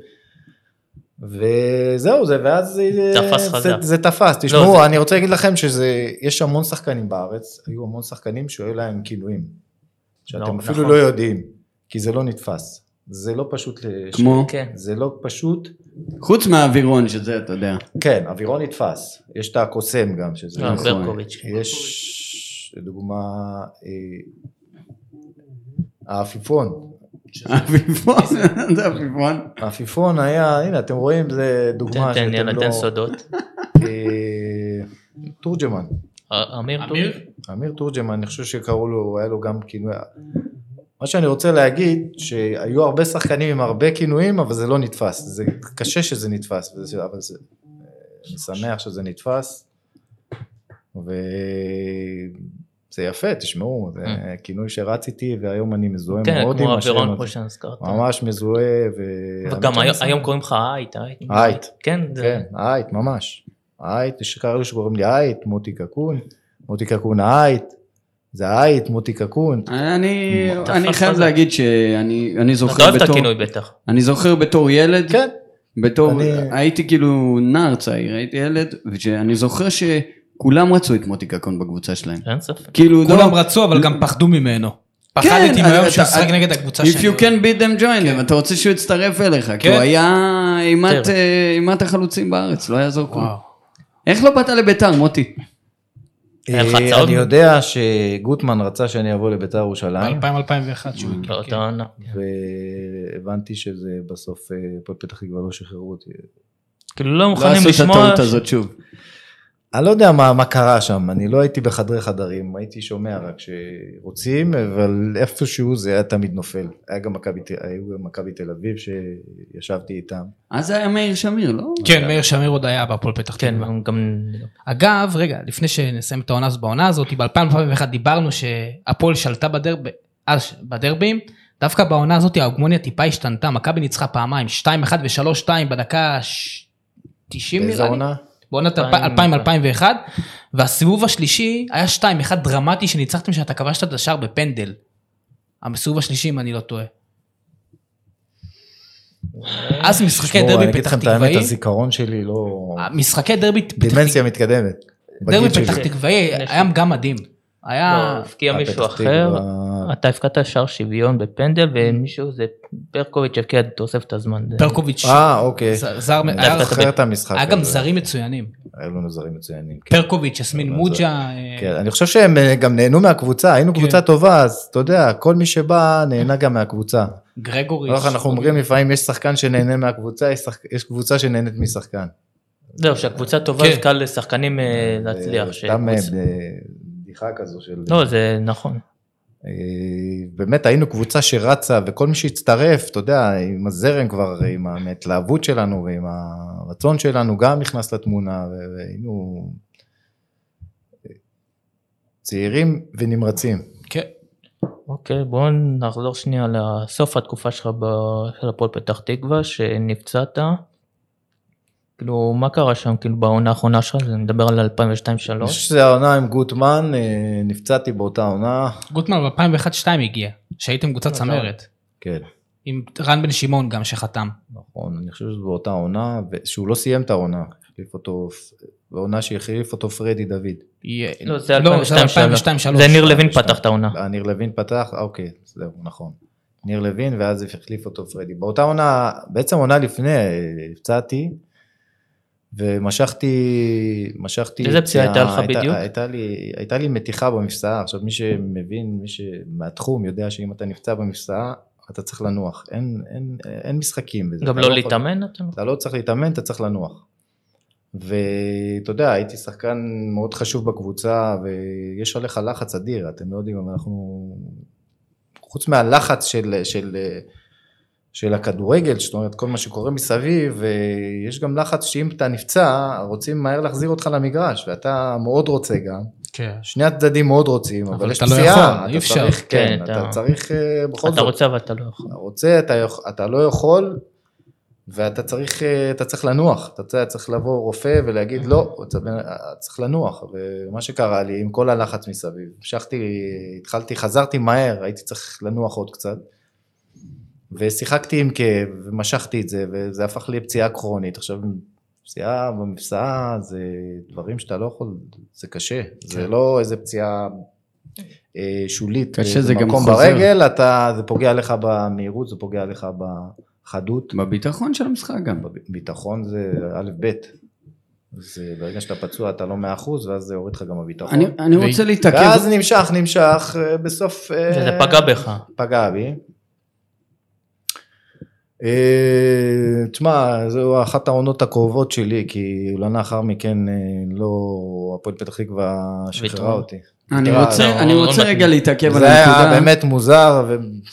וזהו זה, ואז זה תפס, תשמעו, אני רוצה להגיד לכם שיש המון שחקנים בארץ, היו המון שחקנים שהיו להם כינויים, שאתם אפילו לא יודעים, כי זה לא נתפס. זה לא פשוט, כמו? זה לא פשוט. חוץ מהאווירון שזה, אתה יודע. כן, אווירון נתפס. יש את הקוסם גם, שזה ברקוביץ'. יש, לדוגמה, האפיפון. האפיפון, זה האפיפון. האפיפון היה, הנה, אתם רואים, זה דוגמה שאתם לא... תן סודות. תורג'מן. אמיר תורג'מן, אני חושב שקראו לו, היה לו גם כינוי... מה שאני רוצה להגיד, שהיו הרבה שחקנים עם הרבה כינויים, אבל זה לא נתפס, זה קשה שזה נתפס, אבל אני שמח שזה נתפס, וזה יפה, תשמעו, זה כינוי שרציתי, והיום אני מזוהה מאוד עם השם, ממש מזוהה, וגם היום קוראים לך אייט, אייט, כן, אייט, ממש, אייט, יש כאלה שקוראים לי אייט, מוטי קקון אייט, זה האייט, מוטי קקון. אני חייב להגיד שאני זוכר אתה אוהב את הכינוי בטח. אני זוכר בתור ילד, כן. הייתי כאילו נער צעיר, הייתי ילד, ואני זוכר שכולם רצו את מוטי קקון בקבוצה שלהם. אין ספק. כולם רצו, אבל גם פחדו ממנו. פחדתי מהיום שהוא שחק נגד הקבוצה שלהם. If you can beat them, join them, אתה רוצה שהוא יצטרף אליך, כי הוא היה אימת החלוצים בארץ, לא יעזור כלום. איך לא באת לביתר, מוטי? אני יודע שגוטמן רצה שאני אבוא לביתר ירושלים. ב-2001 שהוא הגיע. והבנתי שזה בסוף פתח תקווה לא שחררו אותי. כאילו לא מוכנים לשמוע. לא עשו את הטעות הזאת שוב. אני לא יודע מה קרה שם, אני לא הייתי בחדרי חדרים, הייתי שומע רק שרוצים, אבל איפשהו זה היה תמיד נופל. היו גם מכבי תל אביב שישבתי איתם. אז זה היה מאיר שמיר, לא? כן, מאיר שמיר עוד היה בהפועל פתח תקווה. כן, גם... אגב, רגע, לפני שנסיים את בעונה הזאת, ב-2001 דיברנו שהפועל שלטה בדרבים, דווקא בעונה הזאת ההגמוניה טיפה השתנתה, מכבי ניצחה פעמיים, 2-1 ו-3-2 בדקה 90 נראה לי. באיזה עונה? בעונת 2000-2001, והסיבוב השלישי היה 2-1 דרמטי שניצחתם שאתה כבשת את השער בפנדל. הסיבוב השלישי, אם אני לא טועה. אז משחקי דרבי פתח תקוואי. האמת, הזיכרון שלי לא... משחקי דרבי... דימנסיה מתקדמת. דרבי פתח תקוואי היה גם מדהים. היה... הפקיע מישהו אחר, אתה הפקעת שער שוויון בפנדל, ומישהו זה פרקוביץ' הפקיע תוספת הזמן. פרקוביץ'. אוקיי. היה גם זרים מצוינים. היו לנו זרים מצוינים. פרקוביץ', יסמין מוג'ה. כן, אני חושב שהם גם נהנו מהקבוצה, היינו קבוצה טובה, אז אתה יודע, כל מי שבא נהנה גם מהקבוצה. גרגורי. אנחנו אומרים לפעמים יש שחקן שנהנה מהקבוצה, יש קבוצה שנהנית משחקן. זהו, שהקבוצה טובה זה קל לשחקנים להצליח. סתם בדיחה כזו של... לא, זה נכון. באמת היינו קבוצה שרצה, וכל מי שהצטרף, אתה יודע, עם הזרם כבר, עם ההתלהבות שלנו, ועם הרצון שלנו, גם נכנס לתמונה, והיינו צעירים ונמרצים. כן. אוקיי, בואו נחזור שנייה לסוף התקופה שלך של הפועל פתח תקווה, שנפצעת. כאילו, מה קרה שם, כאילו, בעונה האחרונה שלך? זה מדבר על 2002-2003. אני חושב שזה העונה עם גוטמן, נפצעתי באותה עונה. גוטמן ב-2001-2002 הגיע, שהייתם קבוצת צמרת. כן. עם רן בן שמעון גם שחתם. נכון, אני חושב שזה באותה עונה, שהוא לא סיים את העונה, החליף אותו, בעונה שהחליף אותו פרדי דוד. לא, זה 2002-2003. זה ניר לוין פתח את העונה. ניר לוין פתח, אוקיי, זהו, נכון. ניר לוין, ואז החליף אותו פרדי. באותה עונה, בעצם עונה לפני, הפצעתי, ומשכתי... איזה פציעה הייתה לך בדיוק? הייתה לי מתיחה במפסעה, עכשיו מי שמבין, מי שמהתחום יודע שאם אתה נפצע במפסעה, אתה צריך לנוח, אין משחקים בזה. גם לא להתאמן? אתה לא צריך להתאמן, אתה צריך לנוח. ואתה יודע, הייתי שחקן מאוד חשוב בקבוצה, ויש עליך לחץ אדיר, אתם לא יודעים, אבל אנחנו... חוץ מהלחץ של הכדורגל, זאת אומרת, כל מה שקורה מסביב, ויש גם לחץ שאם אתה נפצע, רוצים מהר להחזיר אותך למגרש, ואתה מאוד רוצה גם. כן. שני הצדדים מאוד רוצים, אבל יש פציעה, אתה צריך, כן, אתה צריך בכל זאת. אתה רוצה, אבל אתה לא יכול. אתה רוצה, אתה לא יכול, ואתה צריך לנוח, אתה צריך לבוא רופא ולהגיד לא, אתה צריך לנוח, ומה שקרה לי עם כל הלחץ מסביב, חזרתי מהר, הייתי צריך לנוח עוד קצת, ושיחקתי עם כאב, ומשכתי את זה, וזה הפך לי פציעה קרונית. עכשיו, פציעה במפסעה, זה דברים שאתה לא יכול, זה קשה, זה לא איזה פציעה שולית, קשה, זה גם במקום חוזר. ברגל, זה פוגע לך במהירות, זה פוגע לך בחדות. בביטחון של המשחק גם. ביטחון זה א' ב', זה ברגע שאתה פצוע אתה לא 100%, ואז זה יוריד לך גם הביטחון. אני רוצה להתעכב. ואז נמשך, בסוף... וזה פגע בך. פגע בי. תשמע, זו אחת העונות הקרובות שלי, כי אולי לאחר מכן לא, הפועל פתח תקווה שחררה אותי. אני רוצה רגע להתעכב על זה הנקודה. היה באמת מוזר.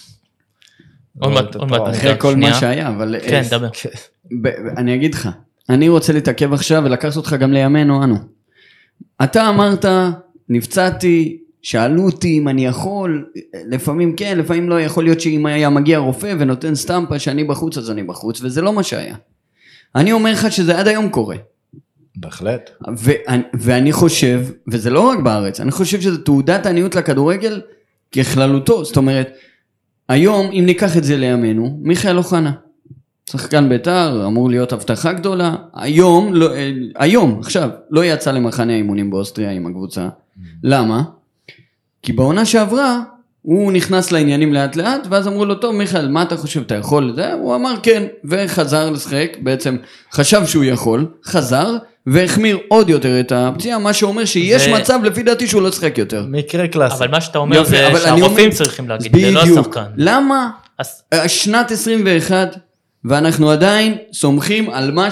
עוד מעט. אחרי כל מה שהיה, אבל... כן, דבר. אני אגיד לך, אני רוצה להתעכב עכשיו ולקחת אותך גם לימינו אנו. אתה אמרת, נפצעתי, שאלו אותי אם אני יכול, לפעמים כן, לפעמים לא, יכול להיות שאם היה מגיע רופא ונותן סטמפה שאני בחוץ, אז אני בחוץ, וזה לא מה שהיה. אני אומר לך שזה עד היום קורה. בהחלט. ואני חושב, וזה לא רק בארץ, אני חושב שזה תעודת עניות לכדורגל ככללותו, זאת אומרת, היום אם ניקח את זה לימינו, מיכאל אוחנה, שחקן בית"ר, אמור להיות הבטחה גדולה, היום, עכשיו, לא יצא למחנה האימונים באוסטריה עם הקבוצה. למה? כי בעונה שעברה, הוא נכנס לעניינים לאט לאט, ואז אמרו לו, טוב מיכאל, מה אתה חושב, אתה יכול לזה? הוא אמר כן, וחזר לשחק, בעצם חשב שהוא יכול, חזר, והחמיר עוד יותר את הפציעה, מה שאומר שיש מצב לפי דעתי שהוא לא שחק יותר. מקרה קלאסי. אבל מה שאתה אומר זה שהרופאים צריכים להגיד, זה לא השחקן. למה? שנת 21, ואנחנו עדיין סומכים על מה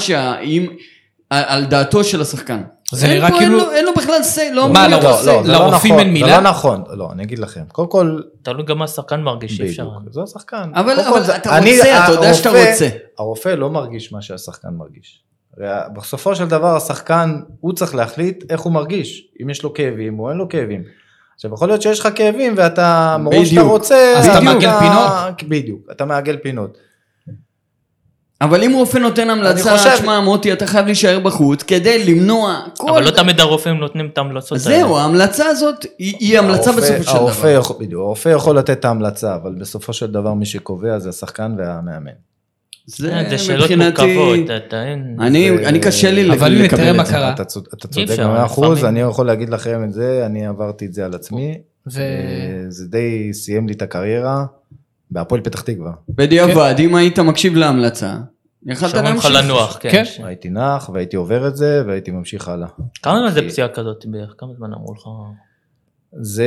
על דעתו של השחקן. זה נראה כאילו... אין לו בכלל סי, מה, לרופאים אין מילה? זה לא נכון, לא, אני אגיד לכם. קודם כל... תלוי גם מה השחקן מרגיש שאפשר. זה השחקן. אבל אתה רוצה, אתה יודע שאתה רוצה. הרופא לא מרגיש מה שהשחקן מרגיש. בסופו של דבר השחקן, הוא צריך להחליט איך הוא מרגיש. אם יש לו כאבים או אין לו כאבים. עכשיו, יכול להיות שיש לך כאבים ואתה מראש שאתה רוצה... אז אתה מעגל פינות? בדיוק, אתה מעגל פינות. אבל אם רופא נותן המלצה, תשמע מוטי, אתה חייב להישאר בחוץ, כדי למנוע כל... אבל לא תמיד הרופאים נותנים את ההמלצות האלה. זהו, ההמלצה הזאת היא המלצה בסופו של דבר. הרופא יכול לתת את ההמלצה, אבל בסופו של דבר מי שקובע זה השחקן והמאמן. זה שאלות מורכבות, אני קשה לי לקבל את זה. אתה צודק ב100%, אני יכול להגיד לכם את זה, אני עברתי את זה על עצמי, זה די סיים לי את הקריירה, בהפועל פתח תקווה. בדיעבד, אם היית מקשיב להמלצה, יכלת להמשיך. לנוח, כן. הייתי נח והייתי עובר את זה והייתי ממשיך הלאה. כמה זמן זה פציעה כזאת בערך? כמה זמן אמרו לך? זה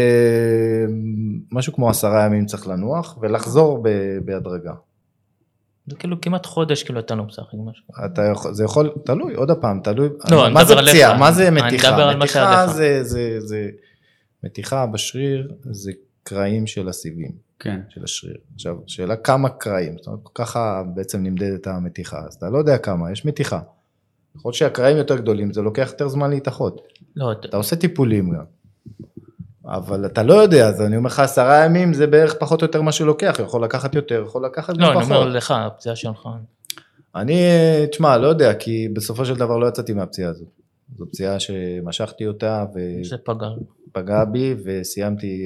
משהו כמו 10 ימים צריך לנוח ולחזור בהדרגה. זה כאילו כמעט חודש כאילו אתה לא משחק משהו. זה יכול, תלוי, עוד הפעם, תלוי. לא, מה זה פציעה? מה זה מתיחה? אני מדבר על מה שעליך. מתיחה בשריר זה קרעים של הסיבים. כן. של השריר. עכשיו, שאלה כמה קרעים, זאת אומרת, ככה בעצם נמדדת המתיחה, אז אתה לא יודע כמה, יש מתיחה. יכול להיות שהקרעים יותר גדולים, זה לוקח יותר זמן להתאחות. לא, אתה עושה טיפולים גם. אבל אתה לא יודע, אז אני אומר לך 10 ימים, זה בערך פחות או יותר מה שלוקח, יכול לקחת יותר, יכול לקחת גם פחות. לא, אני אומר לך, הפציעה שלך. אני, תשמע, לא יודע, כי בסופו של דבר לא יצאתי מהפציעה הזאת. זו פציעה שמשכתי אותה, זה פגע בי, וסיימתי...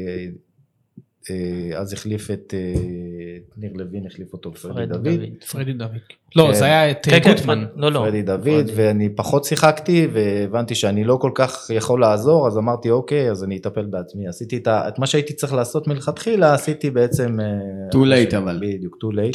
אז החליף את ניר לוין, החליף אותו פרדי דוד. לא, זה היה את גוטמן. פרדי דוד, ואני פחות שיחקתי, והבנתי שאני לא כל כך יכול לעזור, אז אמרתי אוקיי, אז אני אטפל בעצמי. עשיתי את מה שהייתי צריך לעשות מלכתחילה, עשיתי בעצם... too late אבל. בדיוק, too late.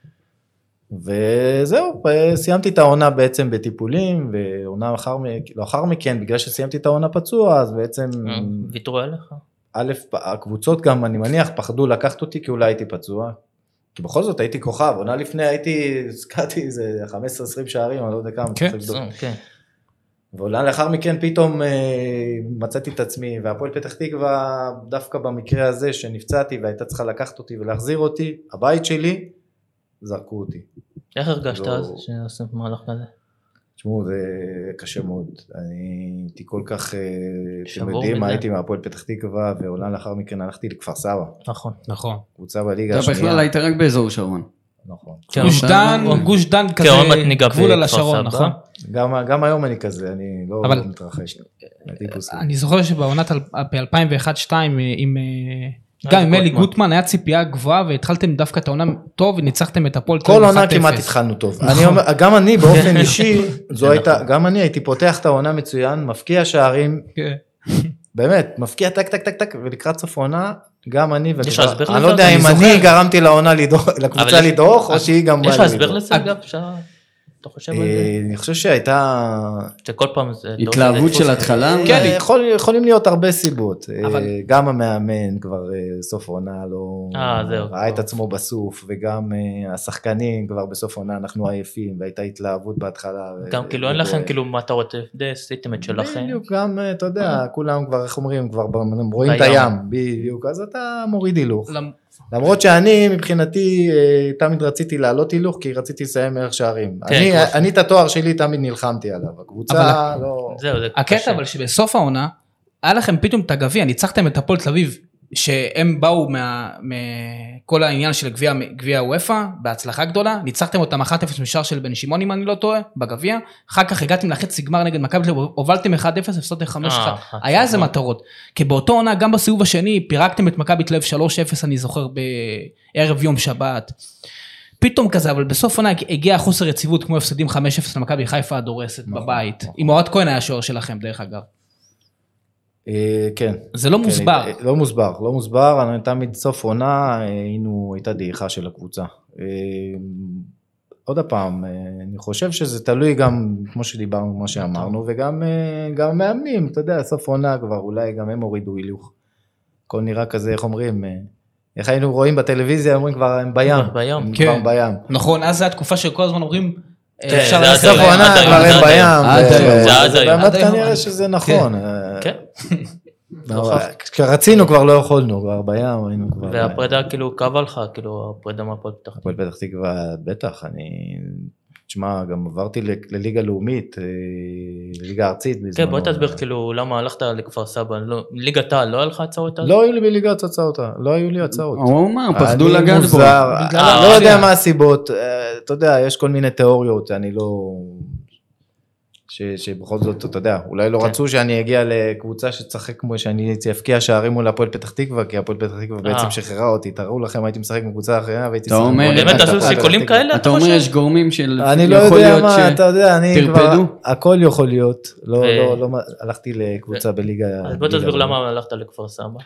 וזהו, סיימתי את העונה בעצם בטיפולים, ועונה לאחר מכן, בגלל שסיימתי את העונה פצוע, אז בעצם... ויתרו עליך? א', הקבוצות גם, אני מניח, פחדו לקחת אותי, כי אולי הייתי פצוע, כי בכל זאת הייתי כוכב, עונה לפני הזכרתי איזה 15-20 שערים, אני לא יודע כמה. כן. ועונה לאחר מכן פתאום מצאתי את עצמי, והפועל פתח תקווה, דווקא במקרה הזה שנפצעתי, והייתה צריכה לקחת אותי ולהחזיר אותי, הבית שלי, זרקו אותי. איך הרגשת אז שעשית מהלך כזה? תשמעו, זה קשה מאוד, אני הייתי כל כך, אתם יודעים, הייתי מהפועל פתח תקווה, ועולם לאחר מכן הלכתי לכפר סבא. נכון. קבוצה בליגה השנייה. אתה בכלל היית רק באזור שרון. גוש דן כזה גבול על השרון, נכון? גם היום אני כזה, אני לא מתרחש. אני זוכר שבעונת ב-2001-2002 גם עם אלי גוטמן היה ציפייה גבוהה והתחלתם דווקא את העונה טוב וניצחתם את הפועל. כל עונה כמעט התחלנו טוב. גם אני באופן אישי, גם אני הייתי פותח את העונה מצוין, מפקיע שערים, באמת, מפקיע טק טק טק טק ולקראת סוף העונה, גם אני, אני לא יודע אם אני גרמתי לקבוצה לדרוך או שהיא גם... יש הסבר לזה אגב? אתה חושב על זה? אני חושב שהייתה... שכל פעם זה... התלהבות של התחלה? כן, יכולים להיות הרבה סיבות. גם המאמן כבר סוף עונה לא... ראה את עצמו בסוף, וגם השחקנים כבר בסוף עונה אנחנו עייפים, והייתה התלהבות בהתחלה. גם כאילו אין לכם כאילו מטרות, די עשיתם את שלכם. בדיוק, גם אתה יודע, כולם כבר, איך אומרים, כבר רואים את הים, בדיוק, אז אתה מוריד הילוך. למרות שאני מבחינתי תמיד רציתי לעלות הילוך כי רציתי לסיים ערך שערים. אני את התואר שלי תמיד נלחמתי עליו, הקבוצה לא... הקטע אבל שבסוף העונה, היה לכם פתאום את הגביע, ניצחתם את הפועל תל אביב, שהם באו מכל העניין של גביע הוופא, בהצלחה גדולה, ניצחתם אותם 1-0 משער של בן שמעון אם אני לא טועה, בגביע, אחר כך הגעתם לחצי גמר נגד מכבי תל אביב, הובלתם 1-0, הפסדתם 5-1, היה איזה מטרות, כי באותו עונה גם בסיבוב השני, פירקתם את מכבי תל אביב 3-0 אני זוכר בערב יום שבת, פתאום כזה, אבל בסוף עונה הגיע חוסר יציבות, כמו הפסדים 5-0 למכבי חיפה הדורסת בבית, עם אוהד כהן היה שוער שלכם דרך אגב. כן. זה לא מוסבר. לא מוסבר, אני תמיד סוף עונה, הייתה דעיכה של הקבוצה. עוד הפעם, אני חושב שזה תלוי גם, כמו שדיברנו, כמו שאמרנו, וגם מאמנים, אתה יודע, סוף עונה כבר, אולי גם הם הורידו הילוך. הכל נראה כזה, איך אומרים, איך היינו רואים בטלוויזיה, אומרים כבר הם בים. כבר בים. נכון, אז זו התקופה שכל הזמן אומרים, סוף עונה, כבר הם בים. זה באמת כנראה שזה נכון. כן. כשרצינו כבר לא יכולנו, כבר בים היינו כבר... והפרידה כאילו קבע לך, כאילו הפרידה מהפועל פתח תקווה. הפועל פתח תקווה בטח, תשמע, גם עברתי לליגה לאומית, לליגה ארצית. כן, בוא תסביר כאילו למה הלכת לכפר סבא, ליגת העל לא היה לך הצעות? לא היו לי בליגת הצעות, לא היו לי הצעות. הוא אמר, פחדו לגעת בו. לא יודע מה הסיבות, אתה יודע, יש כל מיני תיאוריות, אני לא... שבכל זאת, אתה יודע, אולי לא רצו שאני אגיע לקבוצה שצחק כמו שאני אפקיע שערים מול הפועל פתח תקווה, כי הפועל פתח תקווה בעצם שחררה אותי, תראו לכם, הייתי משחק בקבוצה אחריה, והייתי שחררה. באמת עשו סיכולים כאלה? אתה אומר יש גורמים של... אני לא יודע מה, אתה יודע, אני כבר, הכל יכול להיות, לא הלכתי לקבוצה בליגה. אז בוא תסביר למה הלכת לכפר סבא.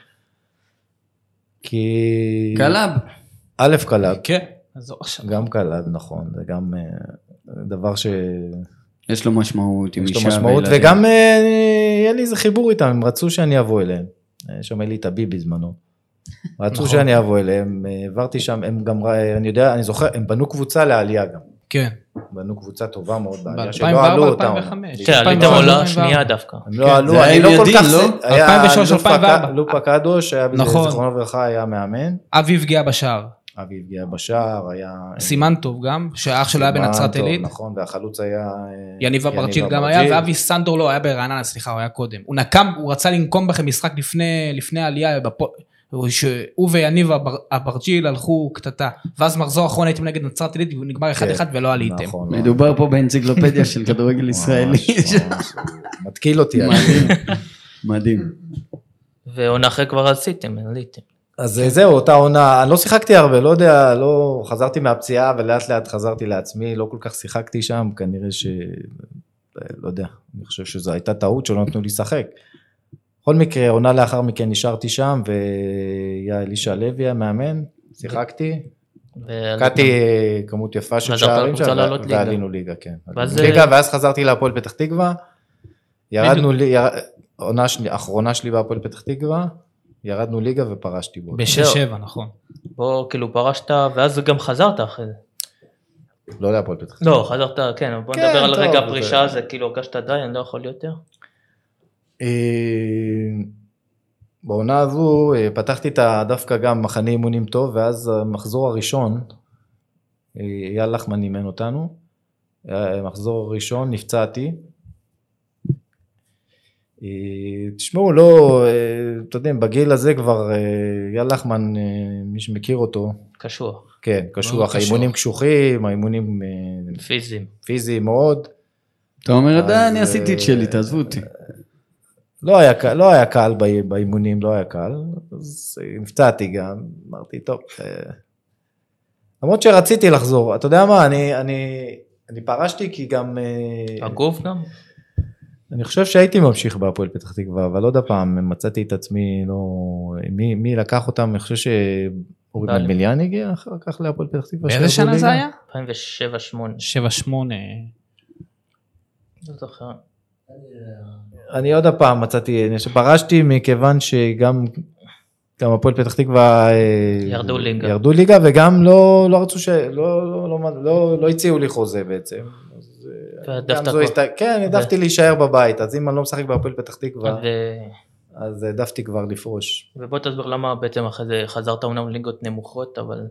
כי... קלאב. א' קלאב. כן. גם קלאב, נכון, זה גם דבר ש... יש לו משמעות, יש לו משמעות, וגם יהיה לי איזה חיבור איתם, הם רצו שאני אבוא אליהם, שם היה לי את הבי בזמנו, רצו שאני אבוא אליהם, עברתי שם, הם גם, אני יודע, אני זוכר, הם בנו קבוצה לעלייה גם, כן, בנו קבוצה טובה מאוד בעלייה, שלא עלו אותם, כן, עליתם עולה שנייה דווקא, הם לא עלו, אני לא כל כך, 2003-2004, לופה קדוש, היה בזיכרונו ברכה, היה מאמן, אביב גאה בשער, אביב גאה בשער, היה... סימן טוב גם, שהאח שלו היה בנצרת עילית. נכון, והחלוץ היה... יניב אברג'יל גם היה, ואבי סנדור לא היה ברעננה, סליחה, הוא היה קודם. הוא נקם, הוא רצה לנקום בכם משחק לפני העלייה, שהוא ויניב אברג'יל הלכו קטטה, ואז מחזור אחרון הייתם נגד נצרת עילית, והוא נגמר 1-1 ולא עליתם. מדובר פה באנציקלופדיה של כדורגל ישראלי. מתקיל אותי. מדהים. ועונה אחרי כבר עליתם. אז זהו, אותה עונה, אני לא שיחקתי הרבה, לא יודע, לא חזרתי מהפציעה ולאט לאט חזרתי לעצמי, לא כל כך שיחקתי שם, כנראה לא יודע, אני חושב שזו הייתה טעות שלא נתנו לי לשחק. בכל מקרה, עונה לאחר מכן נשארתי שם, והיה אלישע לוי המאמן, שיחקתי, קעתי כמות יפה של שערים שם, ועלינו ליגה, כן. ואז חזרתי להפועל פתח תקווה, ירדנו, עונה אחרונה שלי בהפועל פתח תקווה, ירדנו ליגה ופרשתי בו. ב-6-7, נכון. בוא, כאילו פרשת, ואז גם חזרת אחרי זה. לא להפועל פתח תקווה. לא, חזרת, כן, בוא נדבר על רגע הפרישה הזה, כאילו הרגשת די, אני לא יכול יותר. בעונה הזו פתחתי דווקא גם מחנה אימונים טוב, ואז המחזור הראשון, אייל לחמן אימן אותנו, המחזור הראשון נפצעתי, תשמעו, לא, אתה יודע, בגיל הזה כבר, יאל לחמן, מי שמכיר אותו. קשוח. כן, קשוח, האימונים קשוחים, האימונים פיזיים מאוד. אתה אומר, אני עשיתי את שלי, תעזבו אותי. לא היה קל באימונים, לא היה קל, אז נפצעתי גם, אמרתי, טוב, למרות שרציתי לחזור, אתה יודע מה, אני פרשתי כי גם... הגוף גם? אני חושב שהייתי ממשיך בהפועל פתח תקווה, אבל עוד הפעם מצאתי את עצמי, לא... מי לקח אותם, אני חושב שאורי מלמיליאן הגיע אחר כך להפועל פתח תקווה. באיזה שנה זה היה? 2007-2008. 7-8. לא זוכר. אני עוד הפעם מצאתי, פרשתי מכיוון שגם הפועל פתח תקווה ירדו ליגה, וגם לא רצו לא הציעו לי חוזה בעצם. כן, העדפתי להישאר בבית, אז אם אני לא משחק בהפועל פתח תקווה, אז העדפתי כבר לפרוש. ובוא תסביר למה בעצם אחרי זה חזרת אומנם ליגות נמוכות, אבל...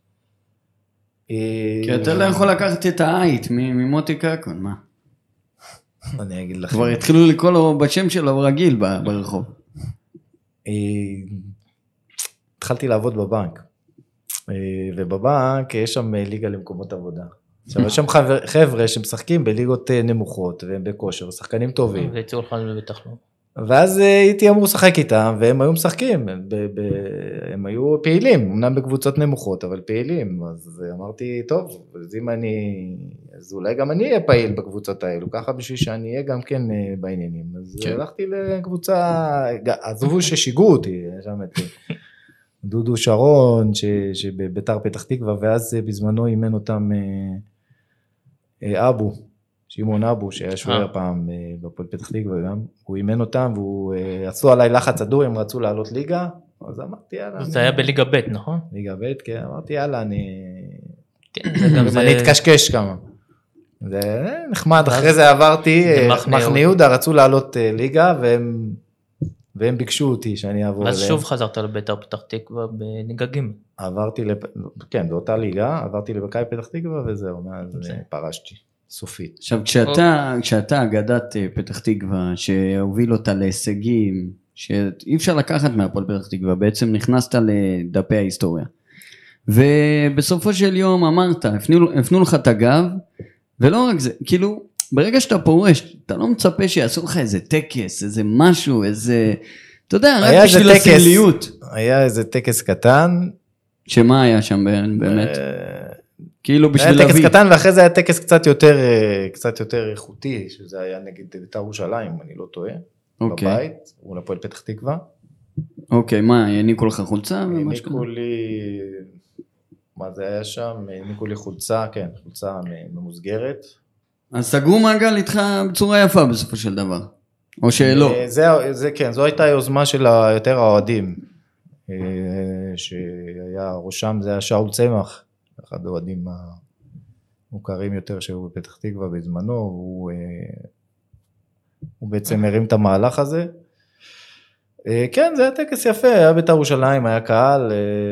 כי אתה לא יכול לקחת את העית ממוטי קקון, מה? אני אגיד לכם. כבר התחילו לקרוא לו בשם שלו רגיל ברחוב. התחלתי לעבוד בבנק, ובבנק יש שם ליגה למקומות עבודה. עכשיו יש שם חבר'ה שמשחקים בליגות נמוכות, והם בכושר, שחקנים טובים. והציעו לך לבטח לו. ואז הייתי אמור לשחק איתם, והם היו משחקים, הם היו פעילים, אמנם בקבוצות נמוכות, אבל פעילים, אז אמרתי, טוב, אז אולי גם אני אהיה פעיל בקבוצות האלו, ככה בשביל שאני אהיה גם כן בעניינים, אז הלכתי לקבוצה, עזבו ששיגעו אותי, שם את דודו שרון, שבביתר פתח תקווה, ואז בזמנו אימן אותם אבו, שמעון אבו, שהיה שוער פעם בפועל פתח תקווה גם, הוא אימן אותם, והוא עשו עליי לחץ אדור, הם רצו לעלות ליגה, אז אמרתי יאללה. זה היה בליגה ב', נכון? ליגה ב', כן, אמרתי יאללה, אני אתקשקש כמה. זה נחמד, אחרי זה עברתי, מחנה יהודה, רצו לעלות ליגה, והם ביקשו אותי שאני אעבור אליהם. אז שוב חזרת לביתר פתח תקווה בליגה ג'. עברתי, כן, באותה ליגה, עברתי לבקאי פתח תקווה, וזהו, מאז פרשתי. סופית. עכשיו, כשאתה אגדת פתח תקווה, שהוביל אותה להישגים, שאי אפשר לקחת מהפועל פתח תקווה, בעצם נכנסת לדפי ההיסטוריה. ובסופו של יום אמרת, הפנו לך את הגב, ולא רק זה, כאילו, ברגע שאתה פורש, אתה לא מצפה שיעשו לך איזה טקס, איזה משהו, איזה, אתה יודע, רק בשביל הסמליות. היה איזה טקס קטן. שמה היה שם באמת? כאילו בשביל היה טקס קטן, ואחרי זה היה טקס קצת יותר איכותי, שזה היה נגיד בית"ר ירושלים, אני לא טועה, בבית, הוא לפועל פתח תקווה. אוקיי, מה, העניקו לך חולצה? העניקו לי, מה זה היה שם? העניקו לי חולצה, כן, חולצה ממוסגרת. אז סגרו מעגל איתך בצורה יפה בסופו של דבר, או שלא? זה כן, זו הייתה יוזמה של יותר האוהדים, שהיה ראשם, זה היה שאול צמח, אחד האוהדים המוכרים יותר שהיו בפתח תקווה בזמנו, הוא בעצם הרים את המהלך הזה. כן, זה היה טקס יפה, היה בית"ר ירושלים, היה קהל,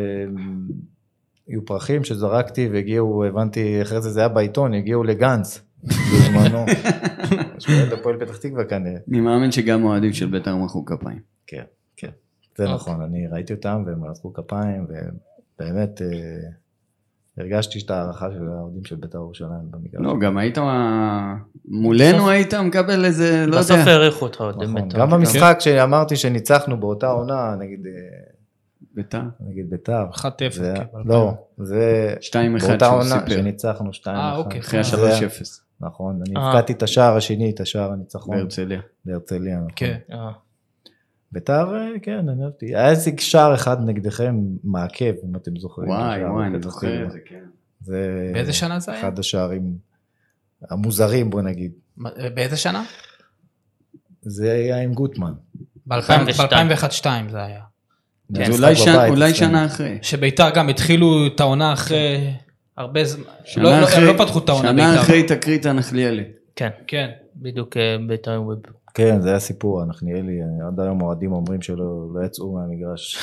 היו פרחים שזרקתי והגיעו, הבנתי, אחרי זה היה בעיתון, הגיעו לגנץ בזמנו. שפועל בפועל פתח תקווה כנראה. אני מאמין שגם האוהדים של בית"ר מחאו כפיים. כן, כן, זה נכון, אני ראיתי אותם והם מחאו כפיים, ובאמת הרגשתי את הערכה של האוהדים של בית"ר ירושלים במגרש. לא, גם היית, מולנו היית מקבל איזה, לא יודע. בסוף העריכו אותך עוד. גם במשחק שאמרתי שניצחנו באותה עונה, נגיד בית"ר? נגיד בית"ר. 1-0. לא, זה 2-1 באותה עונה שניצחנו 2-1. אוקיי, אחרי 3-0. נכון, אני הפקעתי את השער השני, את השער הניצחון. בהרצליה. בהרצליה, נכון. כן. בית"ר, כן, אני אהבתי. היה איזה שער אחד נגדכם מעכב, אם אתם זוכרים. וואי, אני זוכר את זה, כן. באיזה שנה זה היה? אחד השערים המוזרים, בוא נגיד. באיזה שנה? זה היה עם גוטמן. ב-2001-2002 זה היה. אולי שנה אחרי. שבית"ר גם התחילו את העונה אחרי הרבה זמן. הם לא פתחו את העונה בית"ר. שנה אחרי תקרית הנחליאלי. כן. כן. בדיוק בית"ר ווב. כן, זה היה סיפור, הנחליאלי, עד היום אוהדים אומרים שלא יצאו מהמגרש.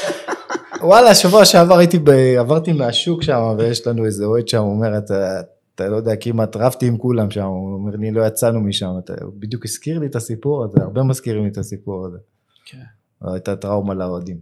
וואלה, שבוע שעבר עברתי מהשוק שם, ויש לנו איזה אוהד שם, הוא אומר, אתה לא יודע, כמעט רבתי עם כולם שם, הוא אומר לי, לא יצאנו משם, הוא בדיוק הזכיר לי את הסיפור הזה, הרבה מזכירים לי את הסיפור הזה. הייתה טראומה לאוהדים.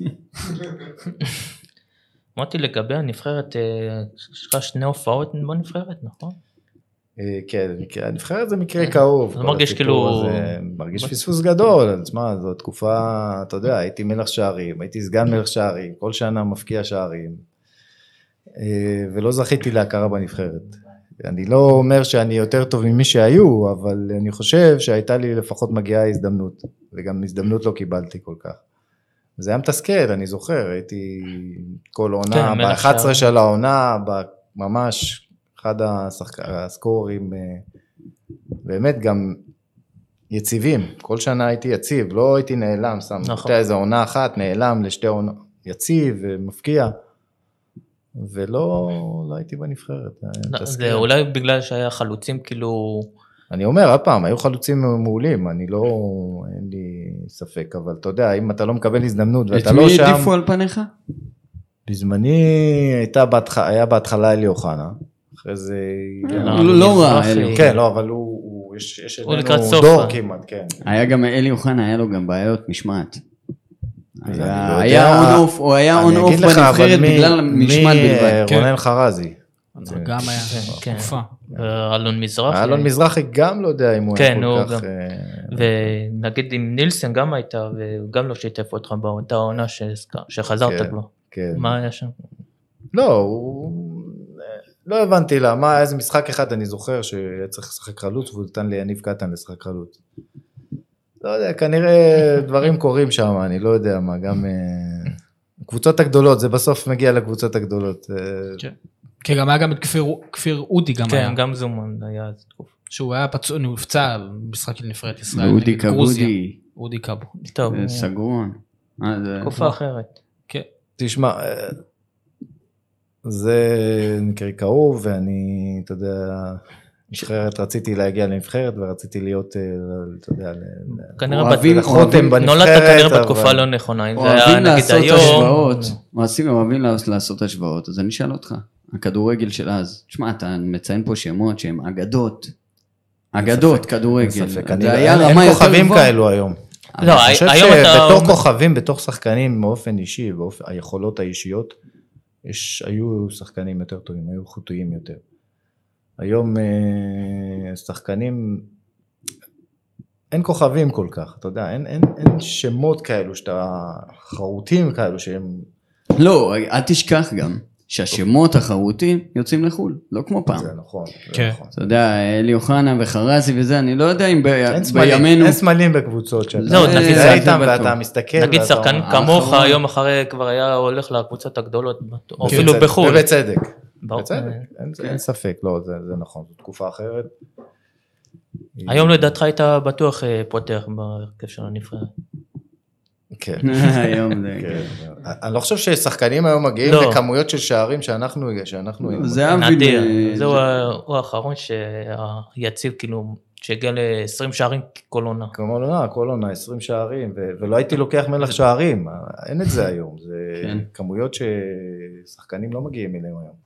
אמרתי לגבי הנבחרת, יש לך 2 הופעות בנבחרת, נכון? כן, הנבחרת זה מקרה כאוב. זה מרגיש כאילו... מרגיש פספוס גדול, תשמע, זו תקופה, אתה יודע, הייתי מלך שערים, הייתי סגן מלך שערים, כל שנה מפקיע שערים, ולא זכיתי להכרה בנבחרת. אני לא אומר שאני יותר טוב ממי שהיו, אבל אני חושב שהייתה לי לפחות מגיעה הזדמנות, וגם הזדמנות לא קיבלתי כל כך. זה היה מתסכל, אני זוכר, הייתי כל עונה, ב-11 של העונה, ממש אחד הסקורים, באמת גם יציבים, כל שנה הייתי יציב, לא הייתי נעלם, הייתה איזו עונה אחת, נעלם לשתי עונות, יציב ומפקיע, ולא הייתי בנבחרת. זה אולי בגלל שהיה חלוצים כאילו... אני אומר, הפעם, היו חלוצים מעולים, אני לא, אין לי ספק, אבל אתה יודע, אם אתה לא מקבל הזדמנות ואתה לא שם... את מי העדיפו על פניך? בזמני היה בהתחלה אלי אוחנה, אחרי זה... לא רע, אלי. כן, לא, אבל יש אלינו דור כמעט, כן. היה גם אלי אוחנה, היה לו גם בעיות משמעת. היה און-אוף בנבחרת בגלל משמעת בלבד. רונן חרזי. גם היה תקופה. אלון מזרחי. אלון מזרחי גם לא יודע אם הוא היה כל כך... ונגיד עם נילסן גם הייתה, וגם לא שיתף אותך באותה עונה שחזרת כבר. מה היה שם? לא הבנתי לה, איזה משחק אחד אני זוכר שצריך לשחק חלוץ, והוא נתן לי יניב קטן לשחק חלוץ. לא יודע, כנראה דברים קורים שם, אני לא יודע מה, גם קבוצות הגדולות, זה בסוף מגיע לקבוצות הגדולות. כן, גם היה גם את כפיר אודי גם היה. כן, גם זומן היה איזה תקופה. שהוא היה פצוע, נפצע במשחק של נבחרת ישראל. אודי קבודי. אודי קבודי. טוב. סגרון. תקופה אחרת. כן. תשמע, זה מקרה כאוב, ואני, אתה יודע, נבחרת, רציתי להגיע לנבחרת, ורציתי להיות, אתה יודע, נולדת כנראה בתקופה לא נכונה, אם זה היה נגיד היום. אוהבים לעשות השוואות, אז אני אשאל אותך, הכדורגל של אז, תשמע, אתה מציין פה שמות שהם אגדות כדורגל, אין כוכבים כאלו היום. אני חושב שבתור כוכבים, בתור שחקנים מאופן אישי, היכולות האישיות, היו שחקנים יותר טובים, היו חוטויים יותר. היום שחקנים, אין כוכבים כל כך, אתה יודע, אין שמות כאלו, חרוטים כאלו שהם... לא, אל תשכח גם, שהשמות החרוטים יוצאים לחול, לא כמו פעם. זה נכון. אתה יודע, אלי אוחנה וחרזי וזה, אני לא יודע אם בימינו... אין סמלים בקבוצות שאתה... לא, נגיד ואתה מסתכל... נגיד שחקן כמוך, היום אחרי כבר היה הולך לקבוצות הגדולות, אפילו בחול. ובצדק. בצדק, אין ספק, לא, זה נכון, זו תקופה אחרת. היום לדעתך היית בטוח פותח בהרכב של הנבחרת. כן. היום זה... אני לא חושב ששחקנים היום מגיעים לכמויות של שערים שאנחנו... זה נדיר, זהו האחרון שיציב כאילו, שהגיע ל-20 שערים כל עונה. כל עונה, 20 שערים, ולא הייתי לוקח מלך שערים, אין את זה היום, זה כמויות ששחקנים לא מגיעים אליהם היום.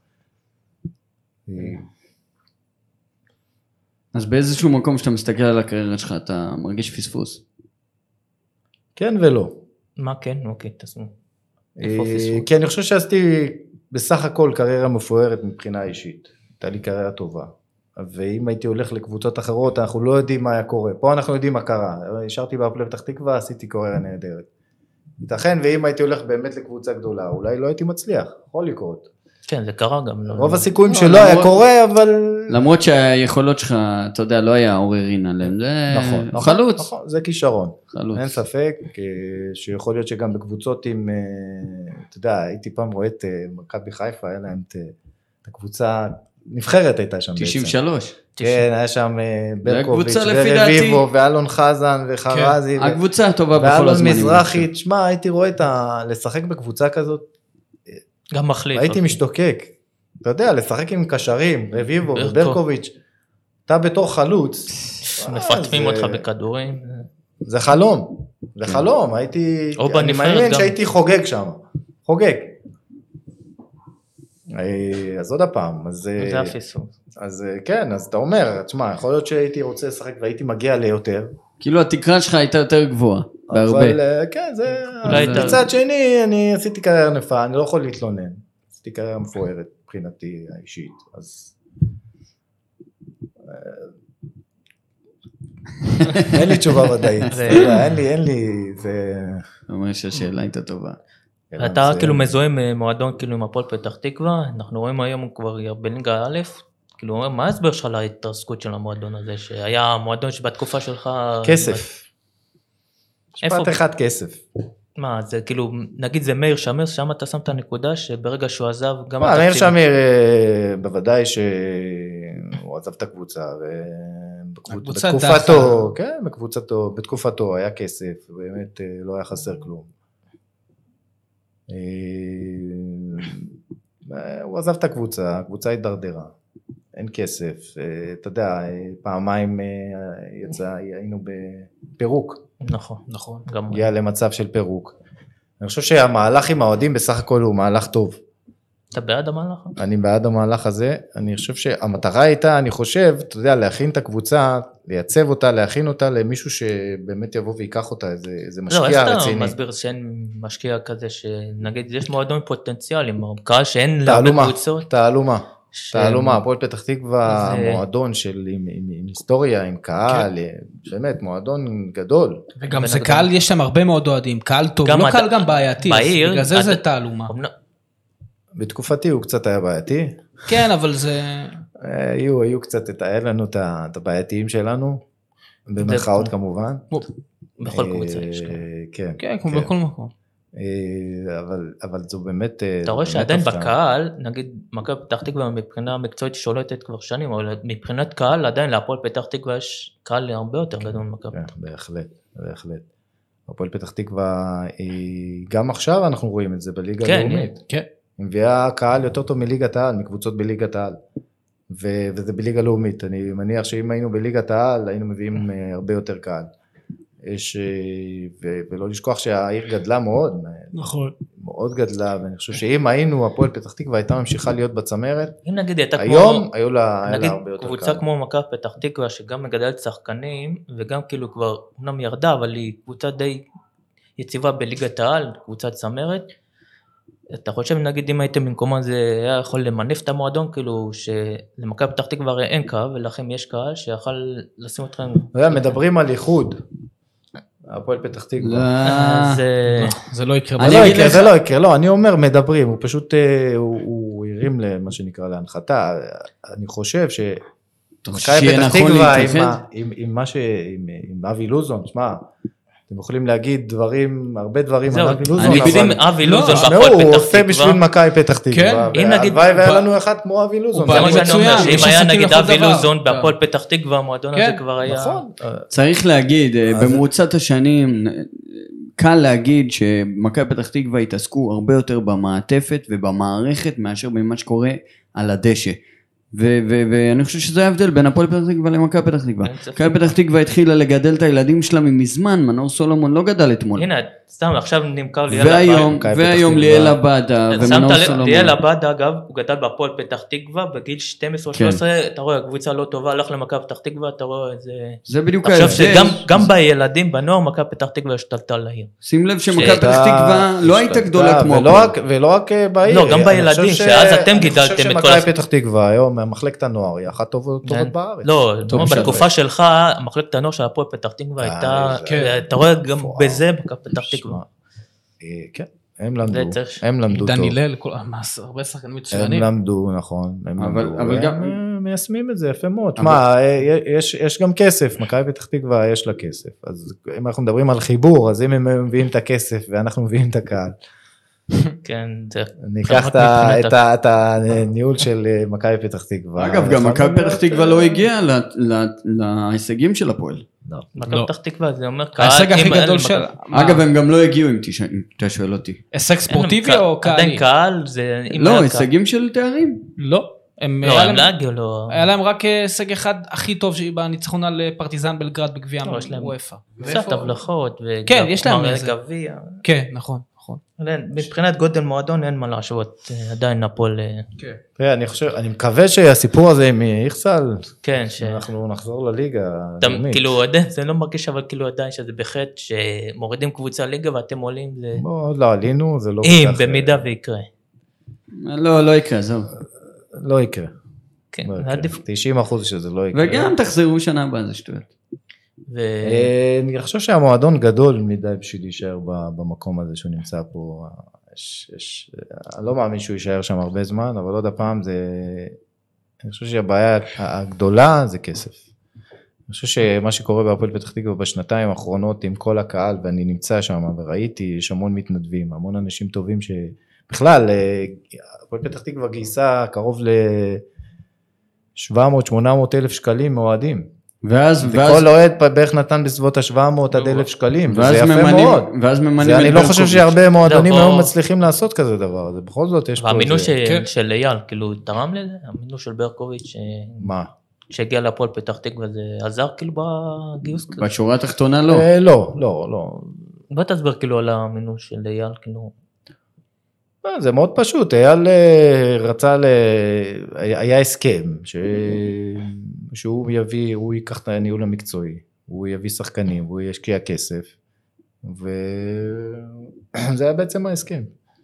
אז באיזשהו מקום שאתה מסתכל על הקריירה שלך, אתה מרגיש פספוס? כן ולא. מה כן? אוקיי, תסמו. כי אני חושב שעשיתי בסך הכל קריירה מפוארת מבחינה אישית. הייתה לי קריירה טובה. ואם הייתי הולך לקבוצות אחרות, אנחנו לא יודעים מה היה קורה. פה אנחנו יודעים מה קרה. השארתי בהפועל פתח תקווה, עשיתי קריירה נהדרת. ייתכן, ואם הייתי הולך באמת לקבוצה גדולה, אולי לא הייתי מצליח. יכול לקרות. כן, זה קרה גם. רוב הסיכויים שלא היה קורה, אבל... למרות שהיכולות שלך, אתה יודע, לא היה עוררין עליהם, זה חלוץ. נכון, זה כישרון. אין ספק, שיכול להיות שגם בקבוצות עם, אתה יודע, הייתי פעם רואה את מכבי חיפה, היה להם את הקבוצה, נבחרת הייתה שם בעצם. 93. כן, היה שם ברקוביץ' ורביבו, ואלון חזן וחרזי. הקבוצה הטובה בכל הזמנים. ואלון מזרחי, תשמע, הייתי רואה לשחק בקבוצה כזאת, גם מחליט. הייתי משתוקק, אתה יודע, לשחק עם קשרים, רביבו וברקוביץ', אתה בתור חלוץ. מפתחים אותך בכדורים. זה חלום, זה חלום, אני מאמין שהייתי חוגג שם, חוגג. אז עוד הפעם, זה הפיסוס. אז כן, אז אתה אומר, תשמע, יכול להיות שהייתי רוצה לשחק והייתי מגיע ליותר. כאילו התקרה שלך הייתה יותר גבוהה, בהרבה. אבל כן, זה... מצד שני, אני עשיתי קריירה נפה, אני לא יכול להתלונן. עשיתי קריירה מפוארת מבחינתי האישית, אז... אין לי תשובה ודאית, אין לי, זה... אומר שהשאלה הייתה טובה. אתה כאילו מזוהה מועדון כאילו עם הפועל פתח תקווה, אנחנו רואים היום כבר בליגה א', כאילו מה ההסבר שלך להתרסקות של המועדון הזה, שהיה מועדון שבתקופה שלך... כסף. משפט אחד כסף. מה, זה כאילו, נגיד זה מאיר שמיר, שם אתה שם את הנקודה שברגע שהוא עזב גם... מאיר שמיר בוודאי שהוא עזב את הקבוצה, ובתקופתו, כן, בתקופתו היה כסף, באמת לא היה חסר כלום. הוא עזב את הקבוצה, הקבוצה התדרדרה, אין כסף, אתה יודע, פעמיים היינו בפירוק. נכון. הגיע למצב של פירוק. אני חושב שהמהלך עם האוהדים בסך הכל הוא מהלך טוב. אתה בעד המהלך? אני בעד המהלך הזה, אני חושב שהמטרה הייתה, אני חושב, אתה יודע, להכין את הקבוצה, לייצב אותה, להכין אותה למישהו שבאמת יבוא ויקח אותה, איזה משקיע רציני. לא, אז אתה מסביר שאין משקיע כזה, שנגיד, יש מועדון פוטנציאלי, קהל שאין להרבה קבוצות. תעלומה, הפועל פתח תקווה, מועדון עם היסטוריה, עם קהל, באמת, מועדון גדול. וגם זה קהל, יש שם הרבה מאוד אוהדים, קהל טוב, לא קהל גם בעייתי, בגלל זה תעלומה. בתקופתי הוא קצת היה בעייתי. כן, אבל זה... היו קצת, היה לנו את הבעייתיים שלנו, במרכאות כמובן. בכל קבוצה יש. כן, כמו בכל מקום. אבל זו באמת... אתה רואה שעדיין בקהל, נגיד מכבי פתח תקווה מבחינה מקצועית שולטת כבר שנים, אבל מבחינת קהל עדיין להפועל פתח תקווה יש קהל הרבה יותר גדול ממכבי. בהחלט. הפועל פתח תקווה, גם עכשיו אנחנו רואים את זה בליגה הלאומית. כן. היא מביאה קהל יותר טוב מליגת העל, מקבוצות בליגת העל. וזה בליגה לאומית. אני מניח שאם היינו בליגת העל, היינו מביאים הרבה יותר קהל. ולא לשכוח שהעיר גדלה מאוד. נכון. מאוד גדלה, ואני חושב שאם היינו, הפועל פתח תקווה הייתה ממשיכה להיות בצמרת, אם נגיד הייתה היום היו לה הרבה יותר קהל. קבוצה כמו מכבי פתח תקווה, שגם מגדלת שחקנים, וגם כאילו כבר אומנם ירדה, אבל היא קבוצה די יציבה בליגת העל, קבוצת צמרת, אתה חושב, נגיד, אם הייתם במקומה, זה היה יכול למנף את המועדון, כאילו, שלמכבי פתח תקווה אין קהל, ולכם יש קהל, שיכול לשים אתכם... מדברים על איחוד, הפועל פתח תקווה. זה לא יקרה. זה לא יקרה, לא, אני אומר, מדברים, הוא פשוט, הוא הרים למה שנקרא להנחתה, אני חושב שמכבי פתח תקווה, עם אבי לוזון, תשמע, אתם יכולים להגיד הרבה דברים על אבי לוזון, אבל אבי לוזון הוא עושה בשביל מכבי פתח תקווה, והלוואי והיה לנו אחד כמו אבי לוזון. זה מה שאני אומר, שאם היה נגיד אבי לוזון בהפועל פתח תקווה, המועדון הזה כבר היה... נכון. צריך להגיד, במרוצת השנים, קל להגיד שמכבי פתח תקווה התעסקו הרבה יותר במעטפת ובמערכת, מאשר במה שקורה על הדשא. ואני חושב שזה ההבדל בין הפועל פתח תקווה למכבי פתח תקווה. מכבי פתח תקווה התחילה לגדל את הילדים שלה מזמן, מנור סולומון לא גדל אתמול. הנה, סתם עכשיו נמכר ליאל עבדה. והיום ליאל עבדה ומנור סולומון. ליאל עבדה אגב, הוא גדל בהפועל פתח תקווה, בגיל 12-13, אתה רואה, הקבוצה לא טובה, הלך למכבי פתח תקווה, אתה רואה את זה... זה בדיוק ההבדל. עכשיו שגם בילדים, בנוער, מכבי פתח תקווה השתלטה לעיר. שים לב שמכבי פתח תקווה לא הייתה גדולה כמו... ולא רק בעיר. לא, גם בילדים, שאז אתם גידלתם את כל... מחלקת הנוער היא אחת טובות בארץ. לא, בתקופה שלך, מחלקת הנוער של הפועל פתח תקווה הייתה, אתה רואה גם בזה פתח תקווה. כן, הם למדו טוב. דני ליל, הרבה שחקנים מצוינים. הם למדו, נכון. אבל גם... מיישמים את זה יפה מאוד. מה, יש גם כסף, מכבי פתח תקווה יש לה כסף. אז אם אנחנו מדברים על חיבור, אז אם הם מביאים את הכסף ואנחנו מביאים את הקהל, כן, זה... ניקח את הניהול של מכבי פתח תקווה. אגב, גם מכבי פתח תקווה לא הגיע להישגים של הפועל. מכבי פתח תקווה זה אומר... ההישג הכי גדול של... אגב, הם גם לא הגיעו, אם אתה שואל אותי. הישג ספורטיבי או קהלי? עדיין קהל זה... לא, הישגים של תארים. לא. היה להם רק הישג אחד הכי טוב בניצחון על פרטיזן בלגרד בגביע וופא. קצת הבלחות כן, יש להם גביע. כן, נכון. נכון? מבחינת גודל מועדון אין מה להשוות, עדיין נפול. אני מקווה שהסיפור הזה עם איכסל, כן, אנחנו נחזור לליגה. כאילו עדיין, זה לא מרגיש אבל כאילו עדיין שזה בחטא שמורידים קבוצה ליגה ואתם עולים. עוד לא עלינו, זה לא... אם, במידה ויקרה. לא יקרה, זהו. לא יקרה. כן, 90% שזה לא יקרה. וגם תחזרו שנה הבאה, זה שטויות. אני חושב שהמועדון גדול מדי בשביל להישאר במקום הזה שהוא נמצא פה. אני לא מאמין שהוא יישאר שם הרבה זמן, אבל עוד הפעם אני חושב שהבעיה הגדולה זה כסף. אני חושב שמה שקורה בהפועל פתח תקווה בשנתיים האחרונות עם כל הקהל, ואני נמצא שם וראיתי, יש המון מתנדבים, המון אנשים טובים שבכלל, הפועל פתח תקווה גייסה קרוב ל-700-800 אלף שקלים מאוהדים. וכל אוהד בערך נתן בסביבות ה-700 עד 1,000 שקלים, וזה יפה מאוד. ואז ממנים אני לא חושב שהרבה מועדונים היום מצליחים לעשות כזה דבר, זה בכל זאת יש פה... והמינוס של אייל, כאילו, תרם לזה? המינוס של ברקוביץ' מה? שהגיע להפועל פתח תקווה, זה עזר כאילו בגיוס? בשורה התחתונה לא. לא. בוא תסביר כאילו על המינוס של אייל, כאילו... זה מאוד פשוט, אייל רצה, היה הסכם, שהוא יביא, הוא ייקח את הניהול המקצועי, הוא יביא שחקנים, הוא ישקיע כסף, וזה היה בעצם ההסכם.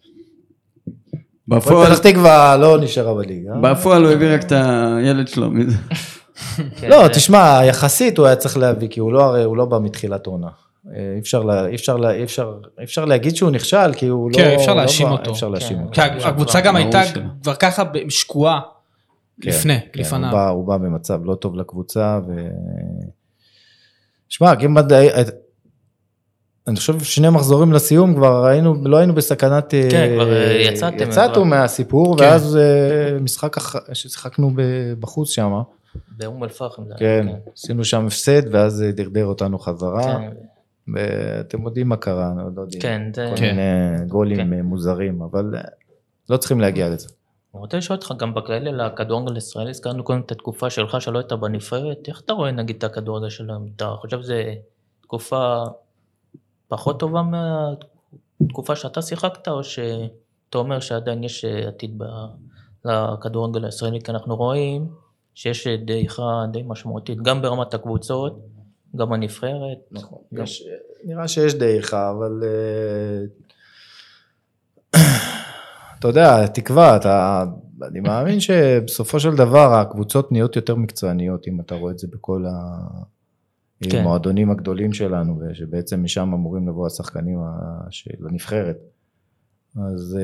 בפועל פתח תקווה לא נשארה בליגה. בפועל הוא הביא רק את הילד שלו מזה. לא, תשמע, יחסית הוא היה צריך להביא, כי הוא לא בא מתחילת עונה. אפשר להגיד שהוא נכשל, כי הוא לא... כן, אפשר להאשים אותו. הקבוצה גם הייתה כבר ככה שקועה לפניו. הוא בא במצב לא טוב לקבוצה, שמע, אני חושב 2 מחזורים לסיום, כבר לא היינו בסכנת... כן, כבר יצאנו מהסיפור, ואז משחק ששיחקנו בחוץ שם. באום אל-פחם. כן, עשינו שם הפסד, ואז דרדר אותנו חזרה. ואתם יודעים מה קרה, לא יודעים, כל מיני גולים מוזרים, אבל לא צריכים להגיע לזה. אני רוצה לשאול אותך גם בכלל לכדורגל הישראלי, הזכרנו קודם את התקופה שלך שלא הייתה בנבחרת, איך אתה רואה נגיד את הכדורגל שלהם? אתה חושב שזו תקופה פחות טובה מהתקופה שאתה שיחקת, או שאתה אומר שעדיין יש עתיד לכדורגל הישראלי, כי אנחנו רואים שיש דעיכה די משמעותית, גם ברמת הקבוצות, גם הנבחרת. נכון, נראה שיש דעיכה, אבל אתה יודע, תקווה, אני מאמין שבסופו של דבר הקבוצות נהיות יותר מקצועניות, אם אתה רואה את זה בכל המועדונים הגדולים שלנו, ושבעצם משם אמורים לבוא השחקנים של הנבחרת. אז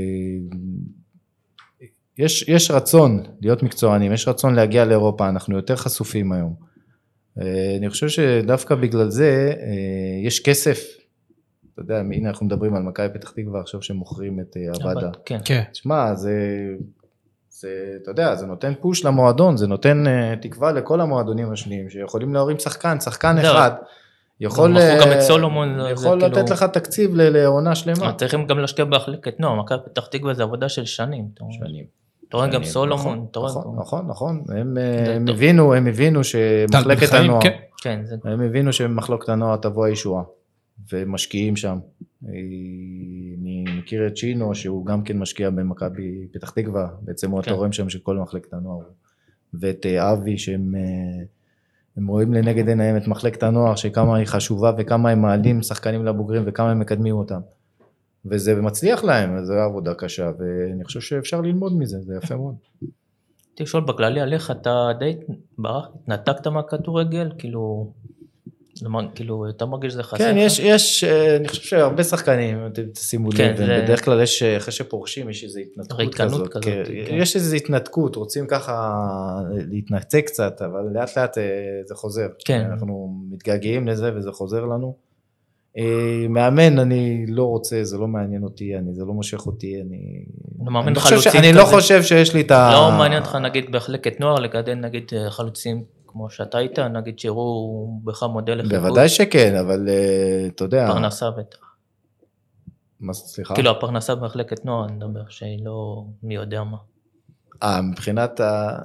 יש רצון להיות מקצוענים, יש רצון להגיע לאירופה, אנחנו יותר חשופים היום. אני חושב שדווקא בגלל זה יש כסף, אתה יודע, הנה אנחנו מדברים על מכבי פתח תקווה עכשיו שמוכרים את עבדה. כן. תשמע, אתה יודע, זה נותן פוש למועדון, זה נותן תקווה לכל המועדונים השניים, שיכולים להורים שחקן אחד, יכול לתת לך תקציב לעונה שלמה. צריכים גם להשקיע בהחלקת נוער, מכבי פתח תקווה זה עבודה של שנים. אתה רואה גם סולומון. נכון, הם הבינו שמחלקת הנוער, הם הבינו שמחלקת הנוער תבוא הישועה, ומשקיעים שם. אני מכיר את שינו, שהוא גם כן משקיע במכבי פתח תקווה, בעצם הוא התורם שם של כל מחלקת הנוער, ואת אבי שהם רואים לנגד עיניהם את מחלקת הנוער, שכמה היא חשובה וכמה הם מעלים שחקנים לבוגרים וכמה הם מקדמים אותם. וזה מצליח להם, זו עבודה קשה, ואני חושב שאפשר ללמוד מזה, זה יפה מאוד. תשאול בכללי עליך, אתה די נתקת מהכדורגל, כאילו, אתה מרגיש שזה חסר? כן, אני חושב שהרבה שחקנים, תשימו לב, בדרך כלל יש, אחרי שפורשים, יש איזו התנתקות כזאת, יש איזו התנתקות, רוצים ככה להתנתק קצת, אבל לאט לאט זה חוזר, אנחנו מתגעגעים לזה וזה חוזר לנו. מאמן, אני לא רוצה, זה לא מעניין אותי, זה לא מושך אותי, אני לא חושב שיש לי את לא מעניין אותך נגיד בהחלקת נוער, לגדל נגיד חלוצים כמו שאתה היית, נגיד שיראו בך מודל לחיקוי. בוודאי שכן, אבל אתה יודע. פרנסה בטח. מה, סליחה? כאילו הפרנסה בהחלקת נוער, אני מדבר שהיא לא מי יודע מה. מבחינת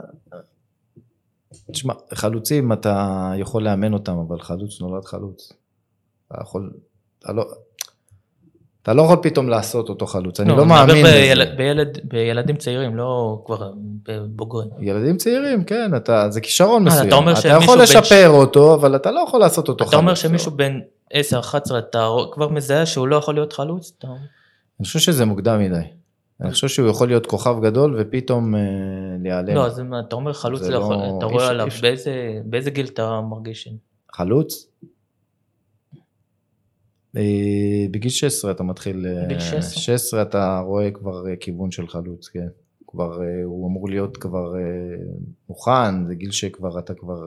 תשמע, חלוצים אתה יכול לאמן אותם, אבל חלוץ נולד חלוץ. אתה אתה לא יכול פתאום לעשות אותו חלוץ, אני לא מאמין בזה. בילדים צעירים, לא כבר בבוגרים. ילדים צעירים, כן, זה כישרון מסוים. אתה יכול לשפר אותו, אבל אתה לא יכול לעשות אותו חלוץ. אתה אומר שמישהו בין 10-11, אתה כבר מזהה שהוא לא יכול להיות חלוץ? אני חושב שזה מוקדם מדי. אני חושב שהוא יכול להיות כוכב גדול, ופתאום להיעלם. לא, אז אתה אומר חלוץ, אתה רואה עליו, באיזה גיל אתה מרגיש? חלוץ? בגיל 16 אתה מתחיל, בגיל 16 אתה רואה כבר כיוון של חלוץ, כן. כבר, הוא אמור להיות כבר מוכן, זה גיל שכבר אתה כבר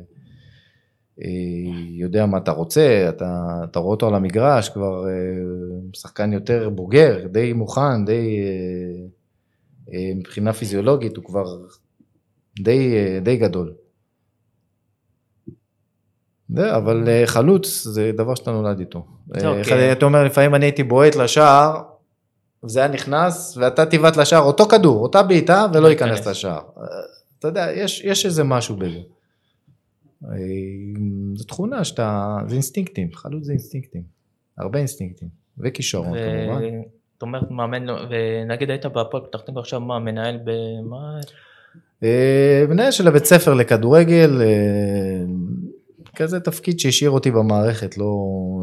יודע מה אתה רוצה, אתה רואה אותו על המגרש, כבר שחקן יותר בוגר, די מוכן, די מבחינה פיזיולוגית, הוא כבר די גדול. אבל חלוץ זה דבר שאתה נולד איתו. אתה אומר, לפעמים אני הייתי בועט לשער, זה היה נכנס, ואתה תיבט לשער, אותו כדור, אותה בעיטה, ולא ייכנס לשער. אתה יודע, יש איזה משהו בזה. זו תכונה שאתה, זה אינסטינקטים, חלוץ זה אינסטינקטים. הרבה אינסטינקטים, וכישרון כמובן. זאת אומרת, מאמן, ונגיד היית בהפועל פתח תקווה עכשיו, מה, מנהל במה? מנהל של הבית ספר לכדורגל, כזה תפקיד שהשאיר אותי במערכת, לא,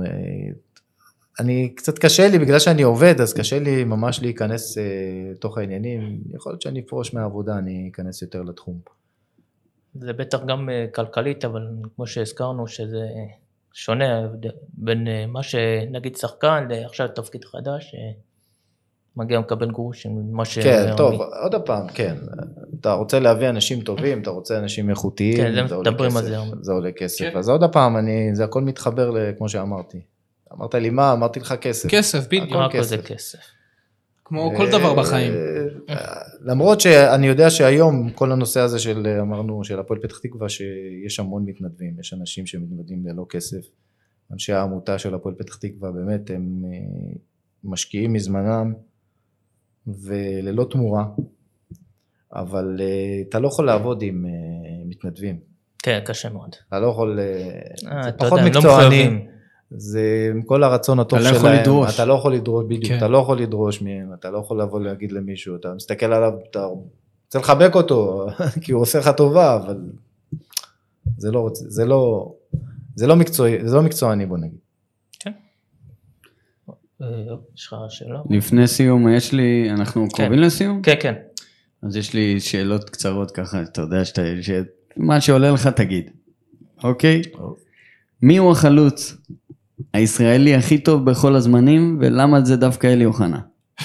אני קצת קשה לי, בגלל שאני עובד, אז קשה לי ממש להיכנס תוך העניינים, יכול להיות שאני אפרוש מהעבודה, אני אכנס יותר לתחום. זה בטח גם כלכלית, אבל כמו שהזכרנו, שזה שונה בין מה שנגיד שחקן, לעכשיו תפקיד חדש, מגיע מקבל גרוש, מה ש... כן, טוב, עוד הפעם, כן, אתה רוצה להביא אנשים טובים, אתה רוצה אנשים איכותיים, כן, זה עולה כסף, אז עוד הפעם, זה הכל מתחבר כמו שאמרתי. אמרת לי מה? אמרתי לך כסף. כסף, בדיוק. הכל זה כסף. כמו כל דבר בחיים. למרות שאני יודע שהיום, כל הנושא הזה של, אמרנו, של הפועל פתח תקווה, שיש המון מתנדבים, יש אנשים שמתנדבים ללא כסף, אנשי העמותה של הפועל פתח תקווה, באמת הם משקיעים מזמנם, וללא תמורה, אבל אתה לא יכול לעבוד עם מתנדבים. כן, קשה מאוד. אתה לא יכול, זה פחות מקצועני, זה עם כל הרצון הטוב שלהם, אתה לא יכול לדרוש, בדיוק, אתה לא יכול לדרוש מהם, אתה לא יכול לבוא להגיד למישהו, אתה מסתכל עליו, אתה רוצה לחבק אותו, כי הוא עושה לך טובה, אבל זה לא מקצועני, בוא נגיד. יש לך שאלה? לפני סיום, אנחנו קרובים לסיום? כן, כן. אז יש לי שאלות קצרות ככה, אתה יודע מה שעולה לך תגיד, אוקיי? מי הוא החלוץ הישראלי הכי טוב בכל הזמנים, ולמה זה דווקא אלי אוחנה?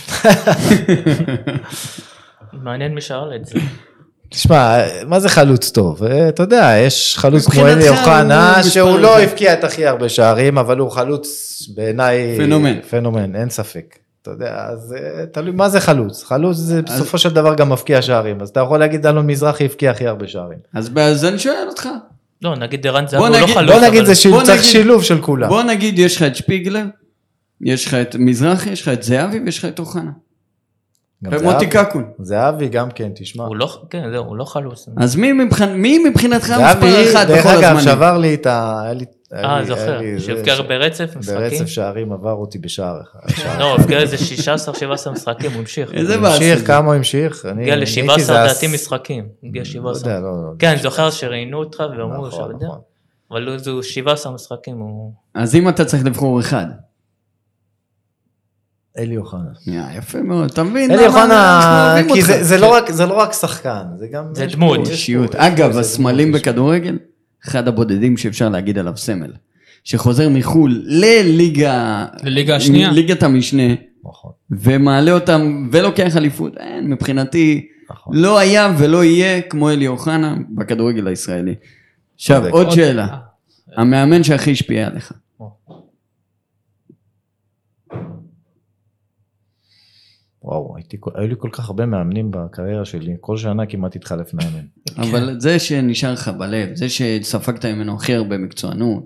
מעניין מי שאל את זה. תשמע, מה זה חלוץ טוב? אתה יודע, יש חלוץ כמו אלי אוחנה, שהוא לא הבקיע את הכי הרבה שערים, אבל הוא חלוץ בעיניי פנומן, אין ספק. אתה יודע, אז תלוי, מה זה חלוץ? חלוץ זה בסופו של דבר גם מפקיע שערים, אז אתה יכול להגיד אלון מזרחי הבקיע הכי הרבה שערים. אז אני שואל אותך. לא, נגיד ערן זהבי הוא לא חלוץ. בוא נגיד, צריך שילוב של כולם. בוא נגיד, יש לך את שפיגלר, יש לך את מזרחי, יש לך את זהבי, ויש לך את אוחנה. ומוטי קקון. זהבי גם כן, תשמע. הוא לא חלוץ. אז מי מבחינתך מספר אחד בכל הזמנים? דרך אגב, שבר לי את ה... זוכר, שהבקר ברצף משחקים. ברצף שערים עבר אותי בשער אחד. לא, הבקר איזה 16-17 משחקים, הוא המשיך. כמה הוא המשיך? הגיע ל-17 דעתי משחקים. הגיע 17. כן, זוכר שראיינו אותך ואמרו שאתה יודע. אבל זה 17 משחקים. אז אם אתה צריך לבחור אחד. אלי אוחנה. יפה מאוד, אתה מבין? אלי אוחנה, כי זה לא רק שחקן, זה גם... זה דמות. אגב, הסמלים בכדורגל, אחד הבודדים שאפשר להגיד עליו סמל, שחוזר מחול לליגה השנייה, ליגת המשנה, ומעלה אותם ולוקח אליפות, מבחינתי לא היה ולא יהיה כמו אלי אוחנה בכדורגל הישראלי. עכשיו, עוד שאלה, המאמן שהכי השפיע עליך. וואו, היו לי כל כך הרבה מאמנים בקריירה שלי, כל שנה כמעט התחלף מאמן. אבל זה שנשאר לך בלב, זה שספגת ממנו הכי הרבה מקצוענות.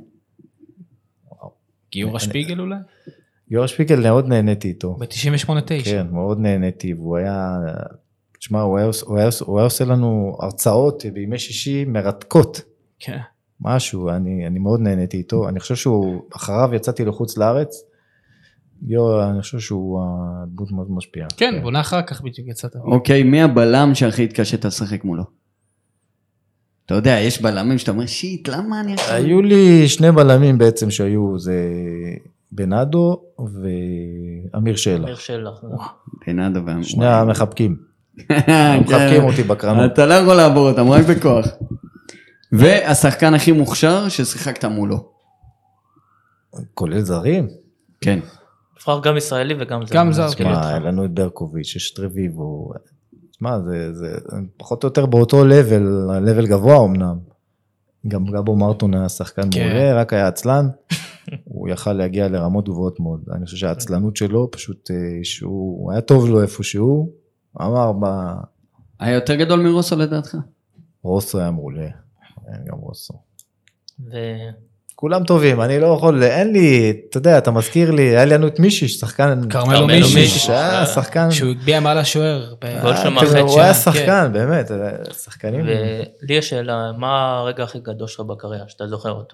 גיורא שפיגל אולי? גיורא שפיגל מאוד נהניתי איתו. ב-98-9. כן, מאוד נהניתי, והוא היה, תשמע, הוא היה עושה לנו הרצאות בימי שישי מרתקות. כן. משהו, אני מאוד נהניתי איתו, אני חושב שהוא, אחריו יצאתי לחוץ לארץ, אני חושב שהוא הדמות מאוד משפיעה. כן, בונה אחר כך בדיוק יצאת. אוקיי, מי הבלם שהכי התקשת לשחק מולו? אתה יודע, יש בלמים שאתה אומר, שיט, למה אני עכשיו? היו לי שני בלמים בעצם שהיו, זה בנאדו ואמיר שלח. אמיר שלח. בנאדו ואמיר. שני המחבקים. מחבקים אותי בקרנות. אתה לא יכול לעבור אותם, רק בכוח. והשחקן הכי מוכשר ששיחקת מולו. כולל זרים? כן. נבחר גם ישראלי וגם זה. גם זר. מה, היה לנו את ברקוביץ', יש טרוויבו. מה, זה פחות או יותר באותו לבל גבוה אמנם. גם גבו מרטון היה שחקן מעולה, רק היה עצלן. הוא יכל להגיע לרמות גבוהות מאוד. אני חושב שהעצלנות שלו, פשוט שהוא היה טוב לו איפה שהוא. אמר היה יותר גדול מרוסו לדעתך? רוסו היה מעולה. גם רוסו. ו... כולם טובים, אני לא יכול, אין לי, אתה יודע, אתה מזכיר לי, היה לנו את מישיש, שחקן... קרמלו מישיש. שהיה שחקן... שהוא הגביע מעל השוער. גול של מאחד הוא היה שחקן, באמת, שחקנים. ולי יש שאלה, מה הרגע הכי גדול שלך בקריירה, שאתה זוכר אותו?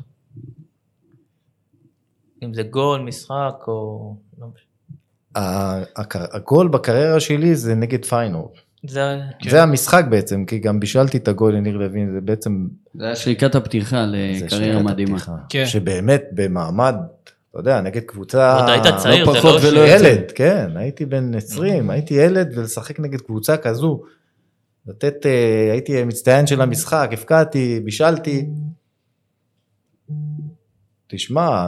אם זה גול, משחק, או... הגול בקריירה שלי זה נגד פיינורד. זה המשחק בעצם, כי גם בישלתי את הגול לניר לוין, זה בעצם... זה היה שריקת הפתיחה לקריירה מדהימה. שבאמת במעמד, אתה יודע, נגד קבוצה... עוד היית צעיר, זה לא ילד, ילד, כן, הייתי בן 20, הייתי ילד ולשחק נגד קבוצה כזו, הייתי מצטיין של המשחק, הפקעתי, בישלתי. תשמע,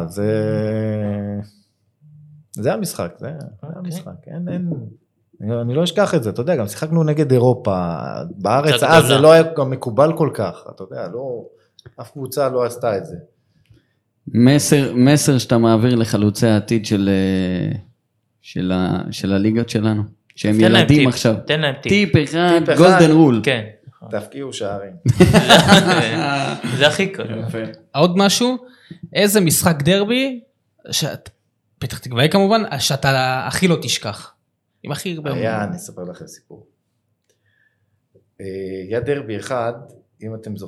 זה המשחק, זה המשחק, אני לא אשכח את זה, אתה יודע, גם שיחקנו נגד אירופה, בארץ אז זה לא היה גם מקובל כל כך, אתה יודע, אף קבוצה לא עשתה את זה. מסר שאתה מעביר לחלוצי העתיד של הליגות שלנו, שהם ילדים עכשיו. תן להם טיפ אחד, גולדן רול. כן. תפקיעו שערים. זה הכי קל. עוד משהו, איזה משחק דרבי, פתח תקוואי כמובן, שאתה הכי לא תשכח. עם הכי הרבה... אני אספר לכם סיפור. היה דרבי אחד, אם אתם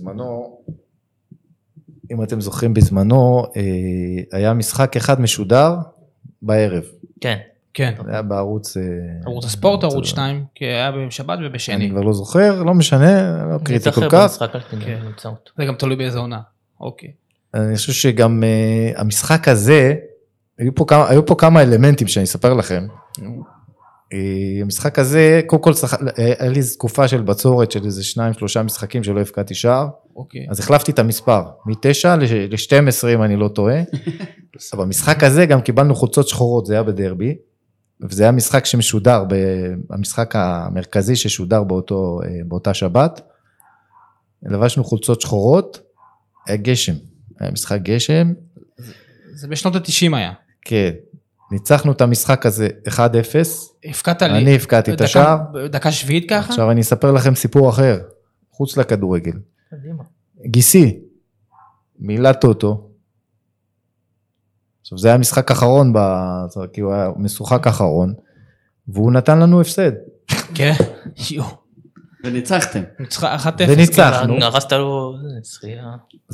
זוכרים בזמנו, היה משחק אחד משודר בערב. כן. כן. זה היה בערוץ... ערוץ הספורט, ערוץ 2, כי היה בשבת ובשני. אני כבר לא זוכר, לא משנה, לא קריטי כל כך. זה גם תלוי באיזה עונה. אוקיי. אני חושב שגם המשחק הזה, היו פה כמה אלמנטים שאני אספר לכם. המשחק הזה, קודם כל, היה לי תקופה של בצורת של איזה 2-3 משחקים שלא הפקעתי שער, אז החלפתי את המספר, מ-9 ל-12 אם אני לא טועה, במשחק הזה גם קיבלנו חולצות שחורות, זה היה בדרבי, וזה היה משחק שמשודר, המשחק המרכזי ששודר באותה שבת, לבשנו חולצות שחורות, היה גשם, היה משחק גשם. זה בשנות ה-90 היה. כן. ניצחנו את המשחק הזה 1-0. הפקעת לי. אני הפקעתי את השער. דקה שביעית ככה? עכשיו אני אספר לכם סיפור אחר, חוץ לכדורגל. גיסי, מילה טוטו. עכשיו זה היה משחק אחרון, כי הוא היה משוחק אחרון, והוא נתן לנו הפסד. כן. וניצחתם. 1-0. וניצחנו. הרסת לו זכייה.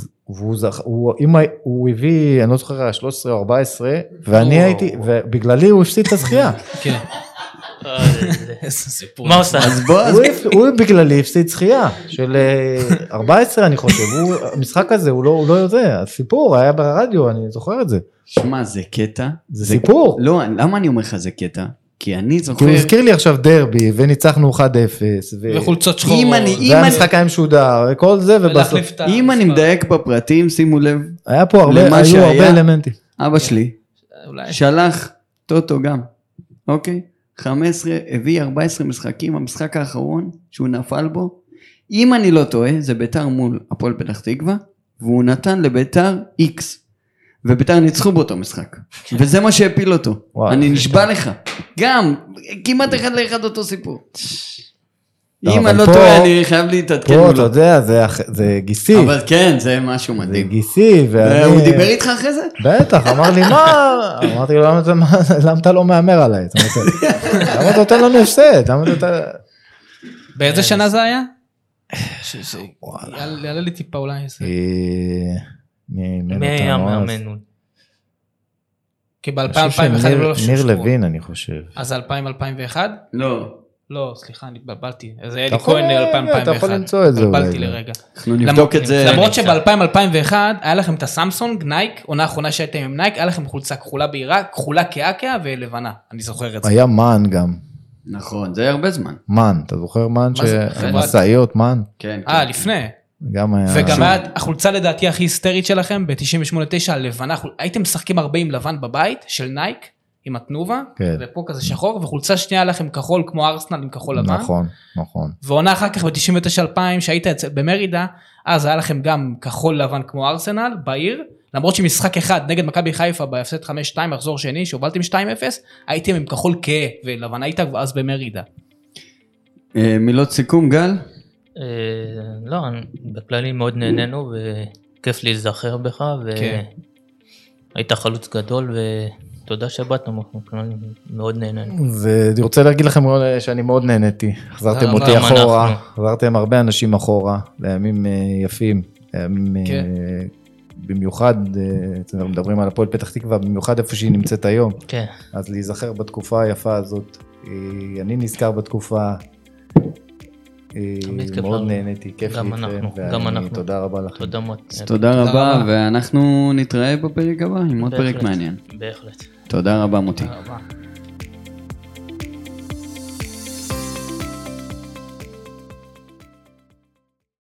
הוא הביא, אני לא זוכר, 13 או 14, ואני הייתי, ובגללי הוא הפסיד את הזכייה. כן. איזה סיפור. מה עושה? הוא בגללי הפסיד זכייה, של 14 אני חושב, המשחק הזה הוא לא יודע, הסיפור היה ברדיו, אני זוכר את זה. שמע, זה קטע. זה סיפור. לא, למה אני אומר לך זה קטע? כי אני זוכר... כי הוא הזכיר לי עכשיו דרבי, וניצחנו 1-0. וחולצות שחורות. והמשחק היה משודר, וכל זה, ובסוף... אם אני מדייק בפרטים, שימו לב. היו הרבה אלמנטים. אבא שלי שלח טוטו גם, אוקיי? 15, הביא 14 משחקים, המשחק האחרון שהוא נפל בו. אם אני לא טועה, זה ביתר מול הפועל פתח תקווה, והוא נתן לביתר X. וביתר ניצחו באותו משחק, וזה מה שהפיל אותו, אני נשבע לך, גם, כמעט אחד לאחד אותו סיפור, אם אני לא טועה, אני חייב להתעדכן פה, אתה יודע, זה גיסי, אבל כן, זה משהו מדהים, זה גיסי, הוא דיבר איתך אחרי זה? בטח, אמר לי, מה, אמרתי לו, למה אתה לא מאמר עליי, למה אתה נותן לנו הפסד, באיזה שנה זה היה? יעלה לי טיפה אולי, מי היה מאמן? כי אני חושב ב-2001 הם לא לבשו ניר שחור. לוין, אני חושב. אז 2001? לא. לא, סליחה, אני התבלבלתי. זה אלי אתה יכול- כהן 2001. אתה יכול למצוא את זה אולי. התבלבלתי לרגע. אנחנו נבדוק את זה. למרות שב-2001 היה לכם את הסמסונג, נייק, עונה האחרונה שהייתם עם נייק, היה לכם חולצה כחולה בהירה, כחולה כאקיה ולבנה. אני זוכר את זה. היה מן גם. נכון, זה היה הרבה זמן. מן, אתה זוכר מן? זה? משאיות מן? כן. לפני. גם היה... וגם היה החולצה לדעתי הכי היסטרית שלכם, ב-98-9, הלבנה, הייתם משחקים הרבה עם לבן בבית, של נייק, עם התנובה, כן. ופה כזה שחור, וחולצה שנייה לכם כחול כמו ארסנל עם כחול לבן. נכון, נכון. ועונה אחר כך ב-99-2000 שהיית במרידה, אז היה לכם גם כחול לבן כמו ארסנל בעיר, למרות שמשחק אחד נגד מכבי חיפה בהפסד 5-2 מחזור שני, שהובלתם 2-0, הייתם עם כחול כהה, ולבן היית אז במרידה. מילות סיכום, גל? לא, בכללי מאוד נהנינו, וכיף להיזכר בך, והיית חלוץ גדול, ותודה שבאתם, מאוד נהנינו. ואני רוצה להגיד לכם שאני מאוד נהניתי. החזרתם אותי אחורה, החזרתם הרבה אנשים אחורה, לימים יפים, לימים במיוחד, אנחנו מדברים על הפועל פתח תקווה, במיוחד איפה שהיא נמצאת היום. כן. אז להיזכר בתקופה היפה הזאת, אני נזכר בתקופה, מאוד נהניתי, כיף לי איתכם, תודה רבה לכם. תודה מאוד. תודה רבה, ואנחנו נתראה בפרק הבא עם עוד פרק מעניין. בהחלט. תודה רבה מוטי. תודה רבה.